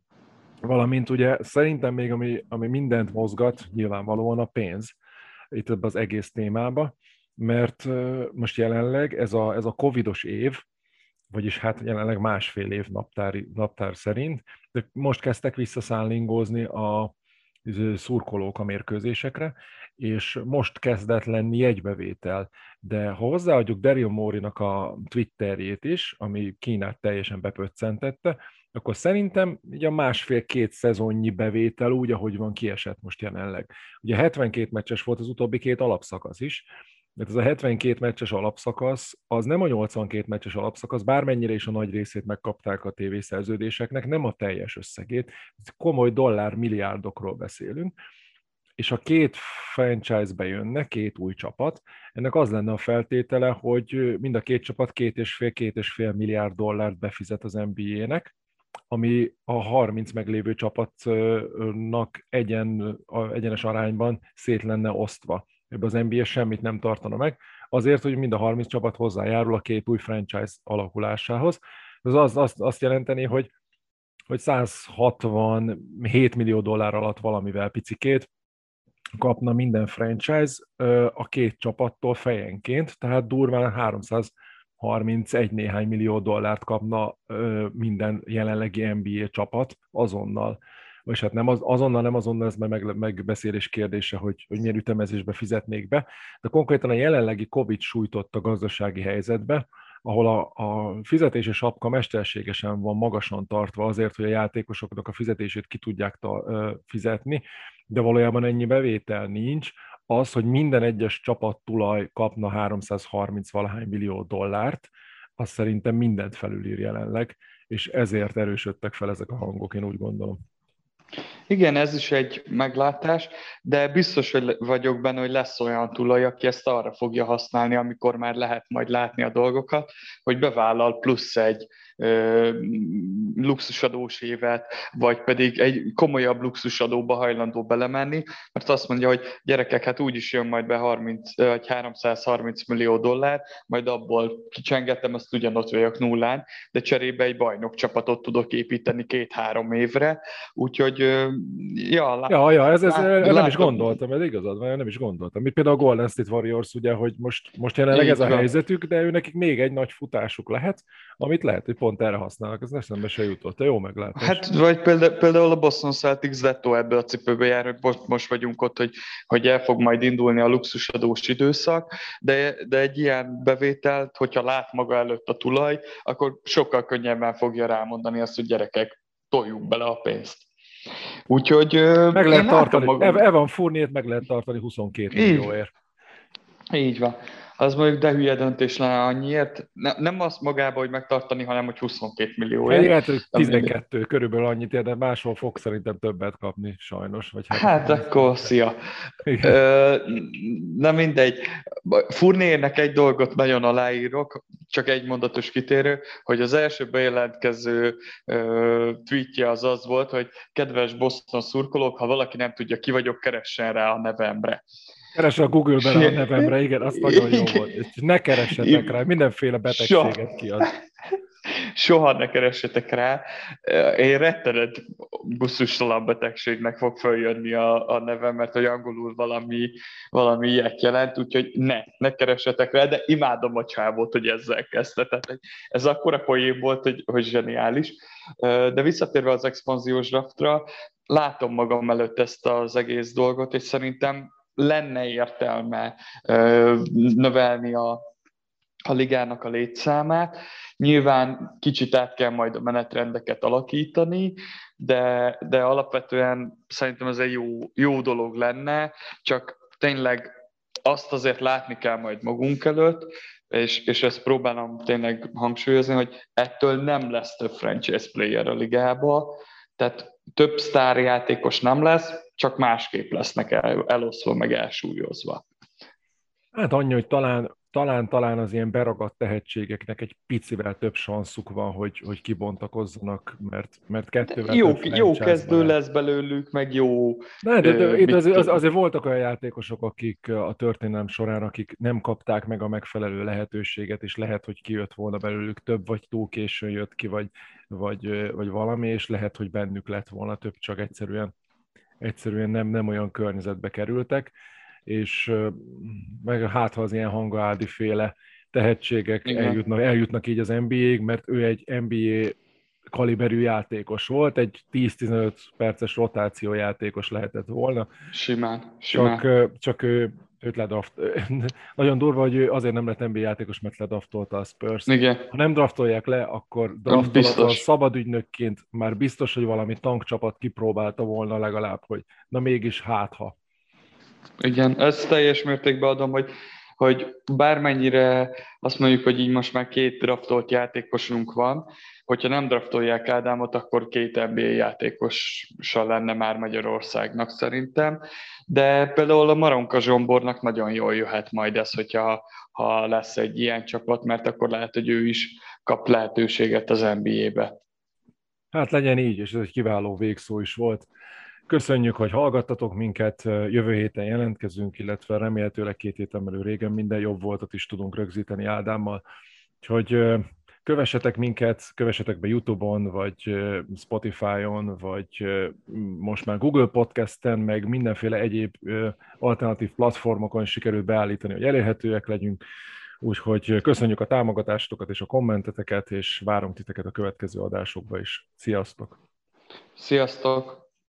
S1: Valamint ugye szerintem még, ami, ami mindent mozgat, nyilvánvalóan a pénz itt ebben az egész témába, mert most jelenleg ez a, ez a covidos év, vagyis hát jelenleg másfél év naptári, naptár szerint, de most kezdtek visszaszállingózni a szurkolók a mérkőzésekre, és most kezdett lenni jegybevétel. De ha hozzáadjuk Daryl Morey-nak a Twitterjét is, ami Kínát teljesen bepöccentette, akkor szerintem ugye a másfél-két szezonnyi bevétel úgy, ahogy van, kiesett most jelenleg. Ugye hetvenkét meccses volt az utóbbi két alapszakasz is, mert ez a hetvenkét meccses alapszakasz, az nem a nyolcvankét meccses alapszakasz, bármennyire is a nagy részét megkapták a tévészerződéseknek, nem a teljes összegét, komoly dollár milliárdokról beszélünk, és a két franchise bejönne, két új csapat, ennek az lenne a feltétele, hogy mind a két csapat két és fél, két és fél milliárd dollárt befizet az en bé á-nek, ami a harminc meglévő csapatnak egyen, egyenes arányban szét lenne osztva. Ebben az en bé á semmit nem tartana meg, azért, hogy mind a harminc csapat hozzájárul a két új franchise alakulásához. Ez az, azt, azt jelenteni, hogy, hogy száz hatvanhét millió dollár alatt valamivel picikét kapna minden franchise a két csapattól fejenként, tehát durván háromszázharmincegy néhány millió dollárt kapna minden jelenlegi en bé á csapat azonnal. Vagy hát nem az, azonnal, nem azonnal, ez már meg, megbeszélés kérdése, hogy, hogy milyen ütemezésbe fizetnék be, de konkrétan a jelenlegi Covid sújtott a gazdasági helyzetbe, ahol a, a fizetési sapka mesterségesen van magasan tartva azért, hogy a játékosoknak a fizetését ki tudják ta, fizetni, de valójában ennyi bevétel nincs, az, hogy minden egyes csapattulaj kapna háromszázharminc valahány millió dollárt, az szerintem mindent felülír jelenleg, és ezért erősödtek fel ezek a hangok, én úgy gondolom.
S3: Igen, ez is egy meglátás, de biztos hogy vagyok benne, hogy lesz olyan tulaj, aki ezt arra fogja használni, amikor már lehet majd látni a dolgokat, hogy bevállal plusz egy ö, luxusadós évet, vagy pedig egy komolyabb luxusadóba hajlandó belemenni, mert azt mondja, hogy gyerekek, hát úgyis jön majd be harminc, vagy háromszázharminc millió dollár, majd abból kicsengetem, azt ugyanott vagyok nullán, de cserébe egy bajnok csapatot tudok építeni két-három évre, úgyhogy ja, lá-
S1: ja, ja ez, ez
S3: lát,
S1: nem
S3: látom.
S1: is gondoltam, ez igazad van, nem is gondoltam. Mint például a Golden State Warriors, ugye, hogy most, most jelenleg
S3: Így
S1: ez a
S3: van.
S1: helyzetük, de ő nekik még egy nagy futásuk lehet, amit lehet, hogy pont erre használnak, ez eszembe se jutott, te jó meglátás.
S3: Hát, vagy például, például a Boston Celtics Zetto ebbe a cipőbe jár, hogy most, most vagyunk ott, hogy, hogy el fog majd indulni a luxusadós időszak, de, de egy ilyen bevételt, hogyha lát maga előtt a tulaj, akkor sokkal könnyebben fogja rámondani azt, hogy gyerekek, toljuk bele a pénzt. Úgyhogy
S1: meg lehet tartani,
S3: magam...
S1: Evan Fournier-t meg lehet tartani huszonkét millióért.
S3: Így van. Az mondjuk de hülye döntés lenne annyiért. Ne, nem azt magában, hogy megtartani, hanem hogy huszonkét millióért.
S1: Lehet, hogy tizenkettő körülbelül annyit ér, de máshol fog szerintem többet kapni, sajnos. Vagy hát
S3: hát akkor szia. Ö, na mindegy. Fourniernek egy dolgot nagyon aláírok, csak egy mondatos kitérő, hogy az első bejelentkező ö, tweetje az az volt, hogy kedves Boston szurkolók, ha valaki nem tudja, ki vagyok, keressen rá a nevemre.
S1: Keres a Google-ben a nevemre, igen, az nagyon jó volt. És ne keressetek rá, mindenféle betegséget kiad.
S3: Soha ne keressetek rá. Én rettenet busztustalan betegségnek fog följönni a, a nevem, mert hogy angolul valami, valami ilyet jelent, úgyhogy ne, ne keressetek rá, de imádom a csávót, hogy ezzel kezdte. Tehát ez akkora poén volt, hogy, hogy zseniális. De visszatérve az expanziós draftra, látom magam előtt ezt az egész dolgot, és szerintem lenne értelme ö, növelni a, a ligának a létszámát. Nyilván kicsit át kell majd a menetrendeket alakítani, de, de alapvetően szerintem ez egy jó, jó dolog lenne, csak tényleg azt azért látni kell majd magunk előtt, és, és ezt próbálom tényleg hangsúlyozni, hogy ettől nem lesz több franchise player a ligába, tehát több sztárjátékos nem lesz, csak másképp lesznek el, eloszva, meg elsúlyozva.
S1: Hát annyi, hogy talán, talán, talán az ilyen beragadt tehetségeknek egy picivel több sanszuk van, hogy, hogy kibontakozzanak, mert, mert kettővel
S3: jó,
S1: több
S3: jó kezdő
S1: van.
S3: lesz belőlük, meg jó...
S1: De, de, de, de azért, az, azért voltak olyan játékosok, akik a történelem során, akik nem kapták meg a megfelelő lehetőséget, és lehet, hogy kijött volna belőlük több, vagy túl későn jött ki, vagy, vagy, vagy valami, és lehet, hogy bennük lett volna több, csak egyszerűen, egyszerűen nem, nem olyan környezetbe kerültek, és meg hát, ha az ilyen Hangaádi féle tehetségek eljutnak, eljutnak így az en bé á-ig, mert ő egy en bé á kaliberű játékos volt, egy tíz-tizenöt perces rotáció játékos lehetett volna.
S3: Simán, simán.
S1: Csak, csak ő, őt ledraft... Nagyon durva, hogy ő azért nem lett en bé á játékos, mert ledraftolta a Spurs.
S3: Igen.
S1: Ha nem draftolják le, akkor draftolata szabad ügynökként már biztos, hogy valami tankcsapat kipróbálta volna legalább, hogy na mégis hátha.
S3: Igen, ezt teljes mértékben adom, hogy, hogy bármennyire azt mondjuk, hogy így most már két draftolt játékosunk van, hogyha nem draftolják Ádámot, akkor két en bé á játékossal lenne már Magyarországnak szerintem, de például a Maronka Zsombornak nagyon jól jöhet majd ez, hogyha ha lesz egy ilyen csapat, mert akkor lehet, hogy ő is kap lehetőséget az en bé á-be.
S1: Hát legyen így, és ez egy kiváló végszó is volt. Köszönjük, hogy hallgattatok minket, jövő héten jelentkezünk, illetve remélhetőleg két héten belül régen minden jobb voltat is tudunk rögzíteni Ádámmal. Úgyhogy kövessetek minket, kövessetek be YouTube-on, vagy Spotify-on, vagy most már Google Podcast-en, meg mindenféle egyéb alternatív platformokon sikerült beállítani, hogy elérhetőek legyünk. Úgyhogy köszönjük a támogatásokat és a kommenteteket, és várunk titeket a következő adásokba is. Sziasztok!
S3: Sziasztok!